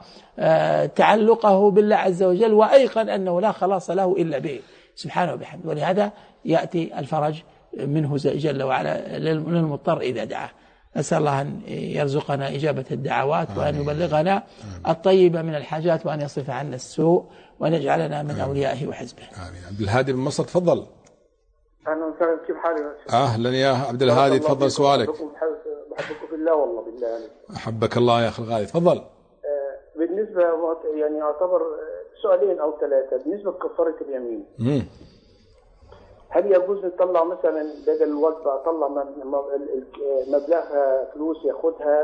وتعلقه بالله عز وجل وأيقن أنه لا خلاص له إلا به سبحانه وبحمده. ولهذا يأتي الفرج منه جل وعلا للمضطر إذا دعاه. نسأل الله أن يرزقنا إجابة الدعوات وأن يبلغنا الطيب من الحاجات وأن يصرف عنا السوء وأن يجعلنا من أوليائه وحزبه. آمين. عبد الهادي من مصر تفضل. أهلا وسهلا، كيف حالك؟ أهلا يا عبد الهادي، تفضل سؤالك. بحبكم في الله والله بالله يعني. أحبك الله يا أخي الغالي، تفضل. آه بالنسبة يعني يعتبر سؤالين أو ثلاثة. بالنسبة لكفارة اليمين، مم. هل يجوز نطلع مثلا بدل الوجبة أطلع مبلغ فلوس ياخدها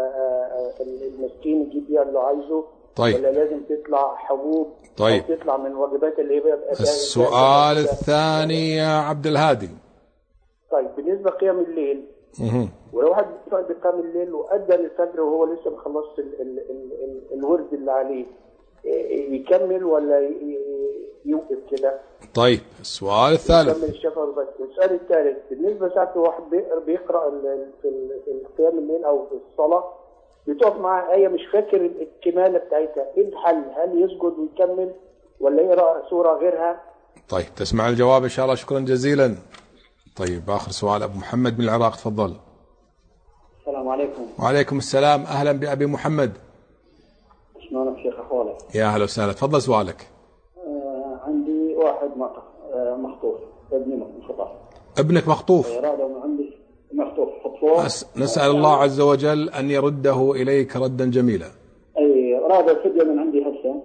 المسكين يجيب بيها اللي عايزه؟ طيب. ولا لازم تطلع حبوب؟ طيب. أو تطلع من وجبات اللي هي السؤال الثاني يا عبد الهادي. طيب بالنسبة قيام الليل، مم. ولو واحد بيقام الليل وأدى الفجر وهو لسه ما خلصش ال ال ال ال الورد اللي عليه، يكمل ولا يوقف كده؟ طيب السؤال الثالث. يكمل الشفع بس. السؤال الثالث بالنسبة ساعة واحد بيقرأ في القيام الليل أو في الصلاة بتقف معاه آية مش فاكر الكمالة بتاعتها، إيه الحل؟ هل يسجد ويكمل ولا يقرأ سورة غيرها؟ طيب تسمع الجواب إن شاء الله. شكرا جزيلا. طيب آخر سؤال أبو محمد من العراق، تفضل. السلام عليكم. وعليكم السلام، أهلا بأبي محمد. شلونك شيخ أخوالك؟ يا أهلا وسهلا، تفضل سؤالك. آه عندي واحد مخطوف، ابني مخطوف. ابنك مخطوف؟ إرادة عندي مخطوف خطوة. نسأل الله عز وجل أن يرده إليك ردا جميلا. أي إرادة الفدية من عندي هسه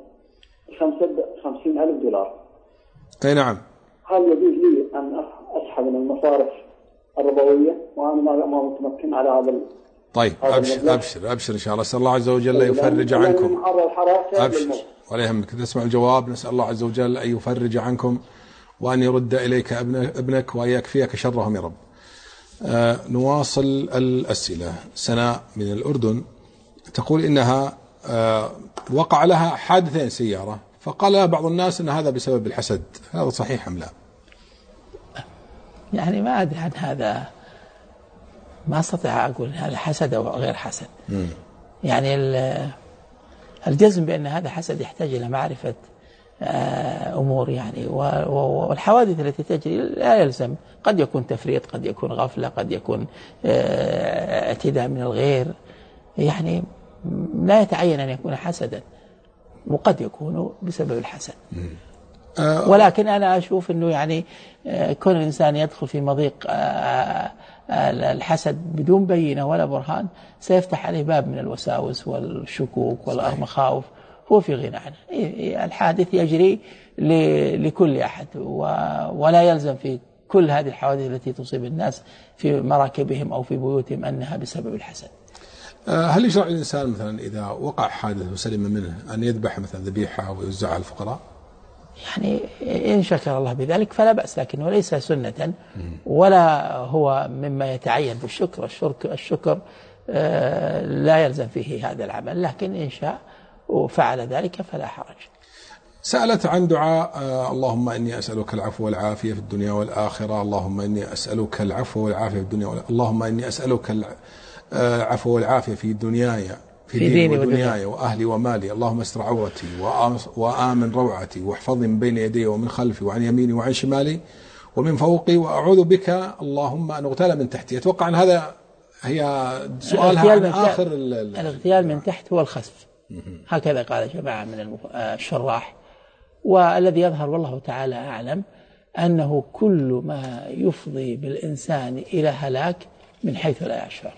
خمسين ألف دولار. أي نعم. هل يجوز لي أن أسحب من المصارف الربوية وأنا ما متمكن على هذا؟ طيب أبشر أبشر أبشر إن شاء الله. نسأل الله عز وجل يفرج عنكم. أبشر ولا يهمك، تسمع الجواب. نسأل الله عز وجل أن يفرج عنكم وأن يرد إليك ابنك وأن يكفيك شرهم يا رب. آه نواصل الأسئلة. سناء من الأردن تقول إنها آه وقع لها حادثين سيارة، فقال بعض الناس أن هذا بسبب الحسد، هذا صحيح أم لا؟ يعني ما أدري عن هذا، ما أستطيع أقول هذا حسد أو غير حسد. م. يعني الجزم بأن هذا حسد يحتاج إلى معرفة أمور يعني. والحوادث التي تجري لا يلزم، قد يكون تفريط، قد يكون غفلة، قد يكون اعتداء من الغير، يعني لا يتعين أن يكون حسدا، وقد يكون بسبب الحسد. ولكن أنا أشوف أنه يعني كون الإنسان يدخل في مضيق الحسد بدون بينة ولا برهان سيفتح عليه باب من الوساوس والشكوك والمخاوف، هو في غنى عنه. الحادث يجري لكل أحد، ولا يلزم في كل هذه الحوادث التي تصيب الناس في مراكبهم أو في بيوتهم أنها بسبب الحسد. هل يشرع الإنسان مثلا إذا وقع حادث وسلم منه أن يذبح مثلا ذبيحة ويوزعها على الفقراء؟ يعني إن شكر الله بذلك فلا بأس، لكنه ليس سنة ولا هو مما يتعين بالشكر. الشكر, الشكر لا يلزم فيه هذا العمل، لكن إن شاء وفعل ذلك فلا حرج. سألت عن دعاء اللهم إني أسألك العفو والعافية في الدنيا والآخرة، اللهم إني أسألك العفو والعافية في الدنيا والآخرة. اللهم إني أسألك العفو والعافية في دنياي في, في ديني ودنياي وأهلي ومالي، اللهم استر عورتي وآمن روعتي واحفظني من بين يدي ومن خلفي وعن يميني وعن شمالي ومن فوقي، وأعوذ بك اللهم أن أغتال من تحتي. أتوقع أن هذا هي سؤالها عن آخر الاغتيال من تحت هو الخسف، هكذا قال جماعة من الشراح. والذي يظهر والله تعالى أعلم أنه كل ما يفضي بالإنسان إلى هلاك من حيث لا يشعر،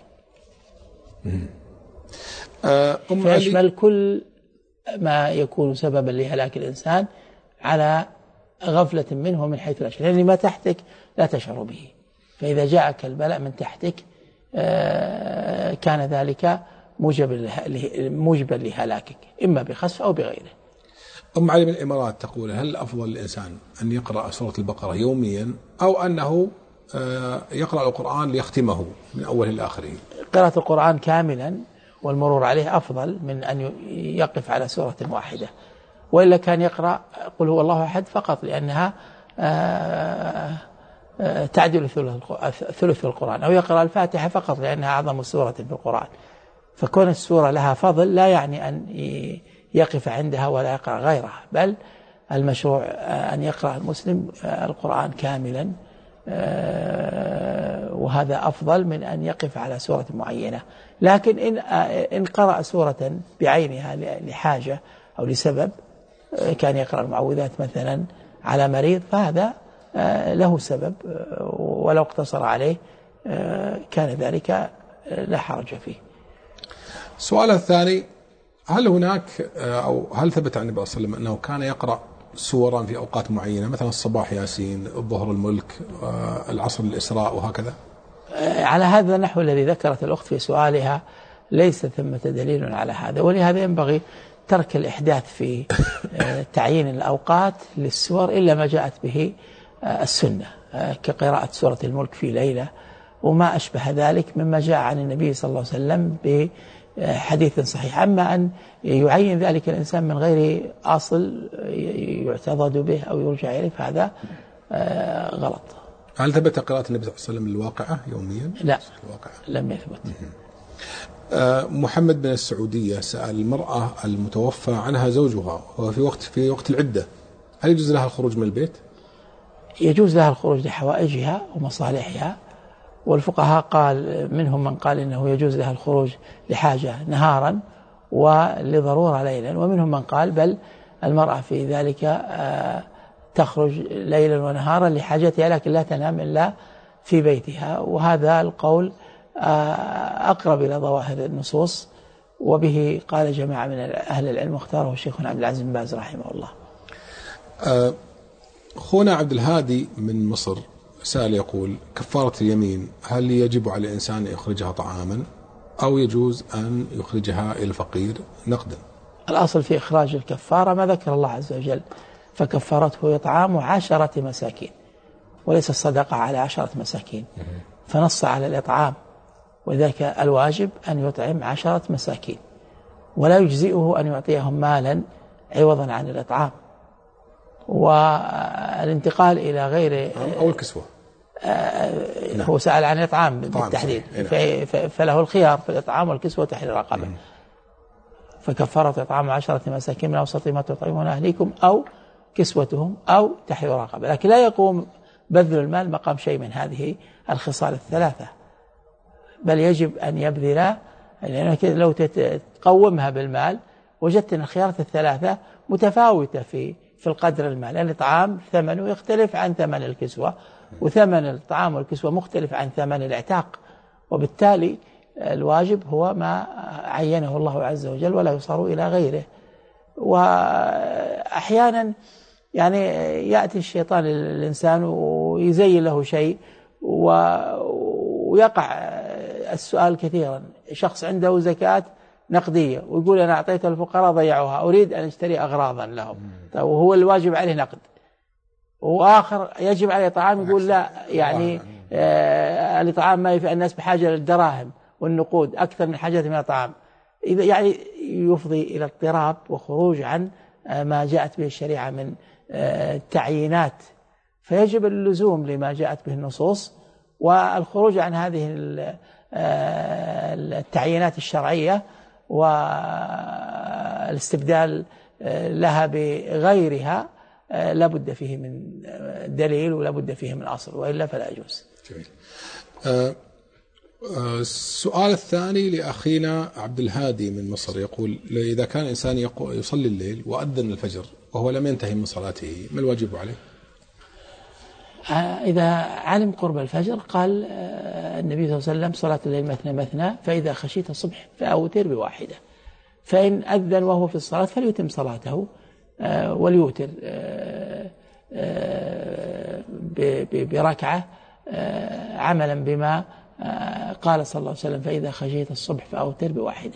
فيشمل كل ما يكون سببا لهلاك الإنسان على غفلة منه من حيث لا يشعر، لأن ما تحتك لا تشعر به، فإذا جاءك البلاء من تحتك كان ذلك موجبا لهلاكك إما بخسف أو بغيره. أم علي من الإمارات تقول: هل أفضل الإنسان أن يقرأ سورة البقرة يوميا أو أنه يقرأ القرآن ليختمه من أوله إلى آخره؟ قراءة القرآن كاملا والمرور عليه أفضل من أن يقف على سورة واحدة، وإلا كان يقرأ قل هو الله أحد فقط، لأنها تعدل ثلث القرآن، أو يقرأ الفاتحة فقط لأنها أعظم سورة في القرآن. فكون السورة لها فضل لا يعني أن يقف عندها ولا يقرأ غيرها، بل المشروع أن يقرأ المسلم القرآن كاملا، وهذا أفضل من أن يقف على سورة معينة. لكن إن إن قرأ سورة بعينها لحاجة أو لسبب، كان يقرأ المعوذات مثلا على مريض، فهذا له سبب، ولو اقتصر عليه كان ذلك لا حرج فيه. السؤال الثاني: هل هناك أو هل ثبت عن النبي صلى الله عليه وسلم أنه كان يقرأ سورا في أوقات معينة، مثلا الصباح ياسين، الظهر الملك، العصر الإسراء وهكذا؟ على هذا النحو الذي ذكرت الأخت في سؤالها ليس ثمة دليل على هذا، ولهذا ينبغي ترك الإحداث في تعيين الأوقات للسور إلا ما جاءت به السنة، كقراءة سورة الملك في ليلة وما أشبه ذلك مما جاء عن النبي صلى الله عليه وسلم بحديث صحيح. أما أن يعين ذلك الإنسان من غير أصل يعتضد به أو يرجع إليه فهذا غلط. هل ثبت قراءة النبي صلى الله عليه وسلم الواقعة يوميا؟ لا، الواقعة لم يثبت. محمد من السعودية سأل: المرأة المتوفى عنها زوجها وفي وقت في وقت العدة، هل يجوز لها الخروج من البيت؟ يجوز لها الخروج لحوائجها ومصالحها، والفقهاء قال منهم من قال إنه يجوز لها الخروج لحاجة نهارا ولضرورة ليلا، ومنهم من قال بل المرأة في ذلك تخرج ليلا ونهارا لحاجتها لكن لا تنام إلا في بيتها، وهذا القول أقرب إلى ظواهر النصوص، وبه قال جماعة من أهل العلم واختاره الشيخ عبد العزيز بن باز رحمه الله. أخونا عبد الهادي من مصر سأل يقول: كفارة اليمين هل يجب على الإنسان أن يخرجها طعاما أو يجوز أن يخرجها إلى الفقير نقدا؟ الأصل في إخراج الكفارة ما ذكر الله عز وجل، فكفارته إطعام عشرة مساكين، وليس الصدقة على عشرة مساكين، فنص على الإطعام، ولذلك الواجب أن يطعم عشرة مساكين، ولا يجزئه أن يعطيهم مالا عوضا عن الإطعام. والانتقال إلى غير أو الكسوة، آه هو سأل عن الإطعام بالتحديد، فله الخيار في الإطعام والكسوة وتحرير رقبة. فكفارة إطعام عشرة مساكين من أوسط ما تطعمون أهليكم أو كسوتهم أو تحرير رقبة، لكن لا يقوم بذل المال مقام شيء من هذه الخصال الثلاثة، بل يجب أن يبذل، لأنك لو تقومها بالمال وجدت أن الخيارات الثلاثة متفاوتة في في القدر المال، لأن الطعام ثمنه يختلف عن ثمن الكسوة، وثمن الطعام والكسوة مختلف عن ثمن الاعتاق، وبالتالي الواجب هو ما عينه الله عز وجل ولا يصار إلى غيره. وأحيانا يعني يأتي الشيطان للإنسان ويزين له شيء ويقع السؤال كثيرا، شخص عنده زكاة نقدية ويقول أنا أعطيت الفقراء ضيعوها، أريد أن أشتري أغراضا لهم، وهو الواجب عليه نقد، وآخر يجب عليه طعام يقول لا، يعني آه الطعام ما يفي، الناس بحاجة للدراهم والنقود أكثر من حاجة من الطعام، إذا يعني يفضي إلى اضطراب وخروج عن آه ما جاءت به الشريعة من آه التعيينات، فيجب اللزوم لما جاءت به النصوص والخروج عن هذه التعيينات الشرعية والاستبدال لها بغيرها لا بد فيه من دليل ولا بد فيه من أصل، وإلا فلا يجوز. جميل. أه السؤال الثاني لأخينا عبد الهادي من مصر، يقول إذا كان إنسان يصلي الليل وأذن الفجر وهو لم ينتهي من صلاته ما الواجب عليه؟ إذا علم قرب الفجر قال النبي صلى الله عليه وسلم صلاة الليل مثنى مثنى، فإذا خشيت الصبح فأوتر بواحدة، فإن أذن وهو في الصلاة فليتم صلاته وليوتر بركعة عملا بما قال صلى الله عليه وسلم فإذا خشيت الصبح فأوتر بواحدة.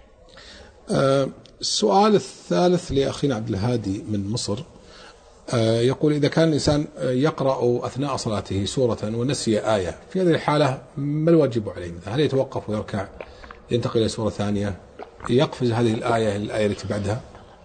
السؤال الثالث لأخينا عبد الهادي من مصر، يقول إذا كان الإنسان يقرأ أثناء صلاته سورة ونسي آية، في هذه الحالة ما الواجب عليه؟ هل يتوقف ويركع، ينتقل إلى سورة ثانية، يقفز هذه الآية الآية التي بعدها؟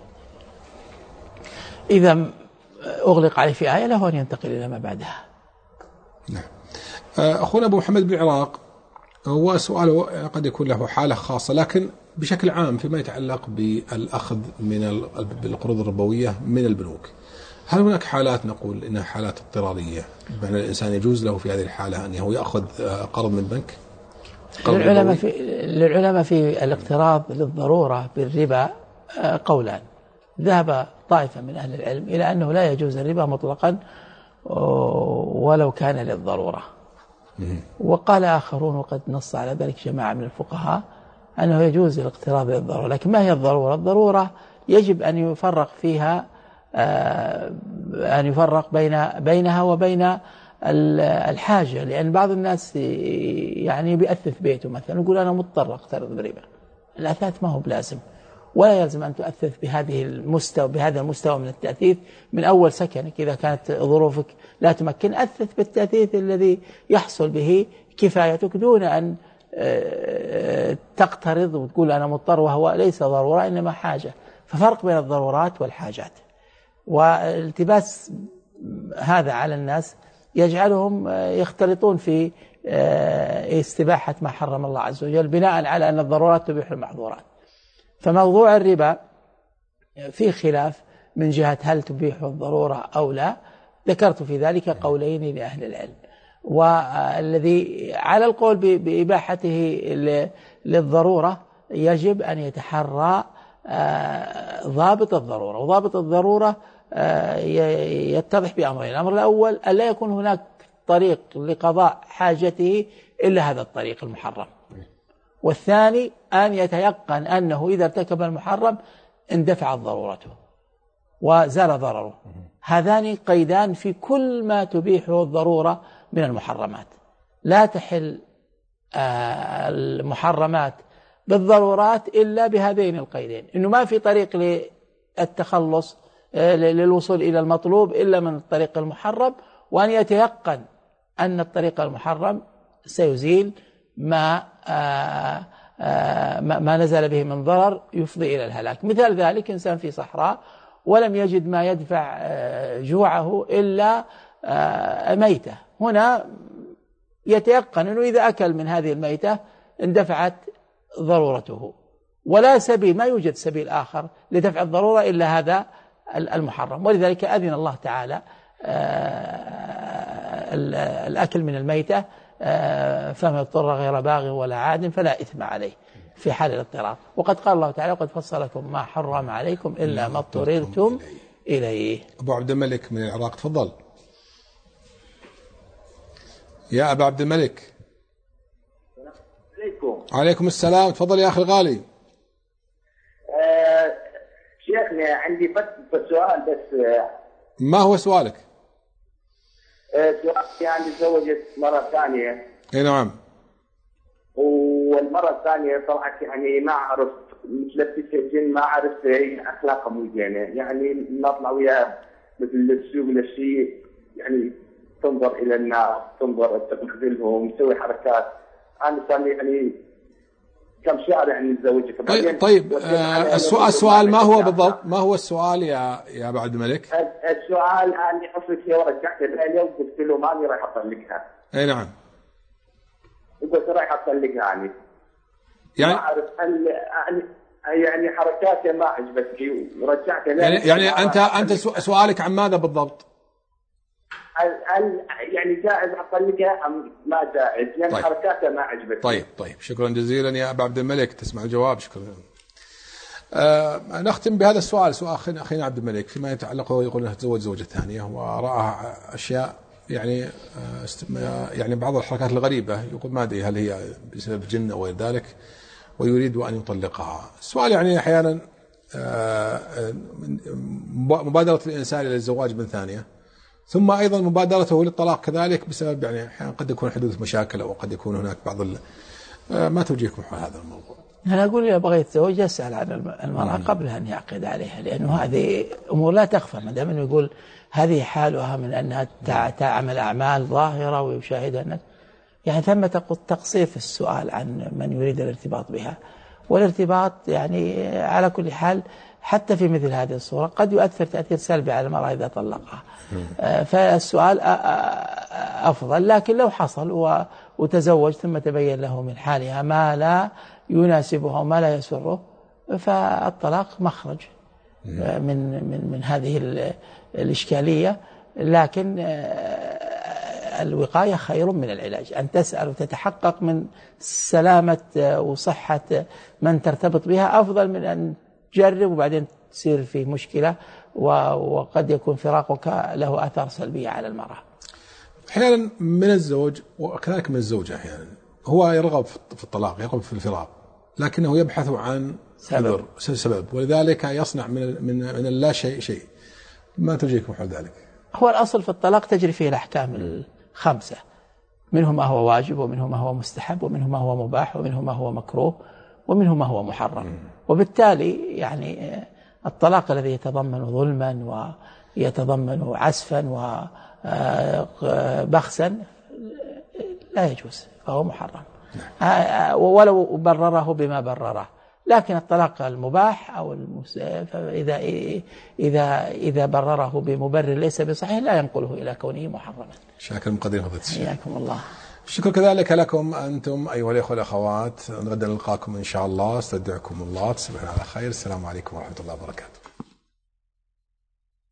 إذا أغلق عليه في آية له أن ينتقل إلى ما بعدها. نعم. أخونا أبو محمد بن العراق، هو سؤاله قد يكون له حالة خاصة، لكن بشكل عام فيما يتعلق بالأخذ من القروض الربوية من البنوك، هل هناك حالات نقول إنها حالات اضطرارية، بمعنى الإنسان يجوز له في هذه الحالة أن يأخذ قرض من بنك؟ للعلماء في, للعلماء في الاقتراض للضرورة بالربا قولان، ذهب طائفة من أهل العلم إلى أنه لا يجوز الربا مطلقا ولو كان للضرورة، وقال آخرون وقد نص على ذلك جماعة من الفقهاء أنه يجوز الاقتراض للضرورة. لكن ما هي الضرورة؟ الضرورة يجب أن يفرق فيها أن يفرق بين بينها وبين الحاجة، لأن بعض الناس يعني بيأثث بيته مثلا يقول أنا مضطر أقترض بربا، الأثاث ما هو بلازم، ولا يلزم أن تؤثث بهذه المستوى بهذا المستوى من التأثيث من أول سكنك. إذا كانت ظروفك لا تمكن أثث بالتأثيث الذي يحصل به كفايتك دون أن تقترض وتقول أنا مضطر وهو ليس ضرورة إنما حاجة. ففرق بين الضرورات والحاجات، والالتباس هذا على الناس يجعلهم يختلطون في استباحة ما حرم الله عز وجل بناء على أن الضرورات تبيح المحظورات. فموضوع الربا في خلاف من جهة هل تبيح الضرورة أو لا، ذكرت في ذلك قولين لأهل العلم، والذي على القول بإباحته للضرورة يجب أن يتحرى ضابط الضرورة، وضابط الضرورة يتضح بأمرين: الأمر الأول أن لا يكون هناك طريق لقضاء حاجته إلا هذا الطريق المحرم، والثاني أن يتيقن أنه إذا ارتكب المحرم اندفعت ضرورته وزال ضرره. هذان قيدان في كل ما تبيحه الضرورة من المحرمات. لا تحل المحرمات بالضرورات إلا بهذين القيدين، إنه ما في طريق للتخلص للوصول إلى المطلوب إلا من الطريق المحرم، وأن يتيقن أن الطريق المحرم سيزيل ما آآ آآ ما نزل به من ضرر يفضي إلى الهلاك. مثال ذلك إنسان في صحراء ولم يجد ما يدفع جوعه إلا ميتة، هنا يتيقن أنه إذا أكل من هذه الميتة اندفعت ضرورته، ولا سبيل، ما يوجد سبيل آخر لدفع الضرورة إلا هذا المحرم. ولذلك أذن الله تعالى الأكل من الميتة، فمن اضطر غير باغ ولا عاد فلا إثم عليه في حال الاضطرار. وقد قال الله تعالى وقد فصل لكم ما حرم عليكم إلا ما اضطررتم إليه. أبو عبد الملك من العراق، تفضل يا أبا عبد الملك. عليكم. عليكم السلام، تفضل يا أخي الغالي. آه شيخنا عندي بس سؤال بس. آه ما هو سؤالك؟ آه سؤال يعني تزوجت مرة ثانية. اي نعم. والمرة الثانية طلعت يعني ما أعرف متلبسة الجن، ما أعرف هي أخلاقها مو زينة، يعني نطلع وياها مثل السوق للشيء، يعني تنظر إلى الناس، تنظر تقبلهم، تسوي حركات. أنا صار يعني كم شهر يعني متزوجة. طيب, طيب آه السؤال, السؤال ما هو بالضبط؟ ما هو السؤال يا يا أبو عبد الملك؟ السؤال أني حصلت هي ورجعت بالي وقلت له ماني رايح أطلقها. أي نعم. وقلت رايح أطلقها يعني. يعني ما أعرف هل يعني حركاتها ما عجبتني ورجعتها. يعني يعني أنت أنت سؤالك عن ماذا بالضبط؟ هل يعني جائز أطلقها أم ما جائز؟ يعني طيب. حركاتها ما عجبتني. طيب طيب شكرا جزيلا يا أبا عبد الملك، تسمع الجواب. شكرا. آه نختم بهذا السؤال، سؤال أخينا عبد الملك فيما يتعلق، يقول أنه تزوج زوجة ثانية ورأى أشياء يعني آه يعني بعض الحركات الغريبة، يقول ما أدري هل هي بسبب جن أو غير ذلك، ويريد أن يطلقها. السؤال يعني أحيانا آه مبادرة الإنسان إلى الزواج من ثانية، ثم أيضا مبادرته للطلاق كذلك بسبب يعني أحيانا قد يكون حدوث مشاكل أو قد يكون هناك بعض ما توجيهكم حول هذا الموضوع؟ أنا أقول إذا بغيت يتزوج يسأل عن المرأة قبل أن يعقد عليها، لأنه هذه أمور لا تخفى، ما دام أنه يقول هذه حالها من أنها تعمل أعمال ظاهرة ويشاهدها الناس، يعني ثم تقصير في السؤال عن من يريد الارتباط بها. والارتباط يعني على كل حال حتى في مثل هذه الصورة قد يؤثر تأثير سلبي على المرأة إذا طلقها. فالسؤال أفضل، لكن لو حصل وتزوج ثم تبين له من حالها ما لا يناسبه وما لا يسره، فالطلاق مخرج من من من هذه الإشكالية. لكن الوقاية خير من العلاج، أن تسأل وتتحقق من سلامة وصحة من ترتبط بها أفضل من أن تجرب وبعدين تصير في مشكلة وقد يكون فراقك له آثار سلبية على المرأة. أحيانا من الزوج وكذلك من الزوجة أحيانا هو يرغب في الطلاق، يرغب في الفراق، لكنه يبحث عن سبب, سبب ولذلك يصنع من من من اللا شيء شيء. ما تجيكم حول ذلك؟ هو الأصل في الطلاق تجري فيه الأحكام الخمسة، منه ما هو واجب، ومنه ما هو مستحب، ومنه ما هو مباح، ومنه ما هو مكروه، ومنه ما هو محرم. وبالتالي يعني الطلاق الذي يتضمن ظلما ويتضمن عسفا وبخسا لا يجوز، فهو محرم ولو برره بما برره. لكن الطلاق المباح أو المس... إذا إذا إذا برره بمبرر ليس بصحيح لا ينقله إلى كونه محرما. شاكر مقدر فضيلة الشيخ. حياكم الله. شكرا كذلك لكم أنتم أيها الأخوة والأخوات، غدا نلقاكم إن شاء الله، استودعكم الله، تصبحون على خير. السلام عليكم ورحمة الله وبركاته.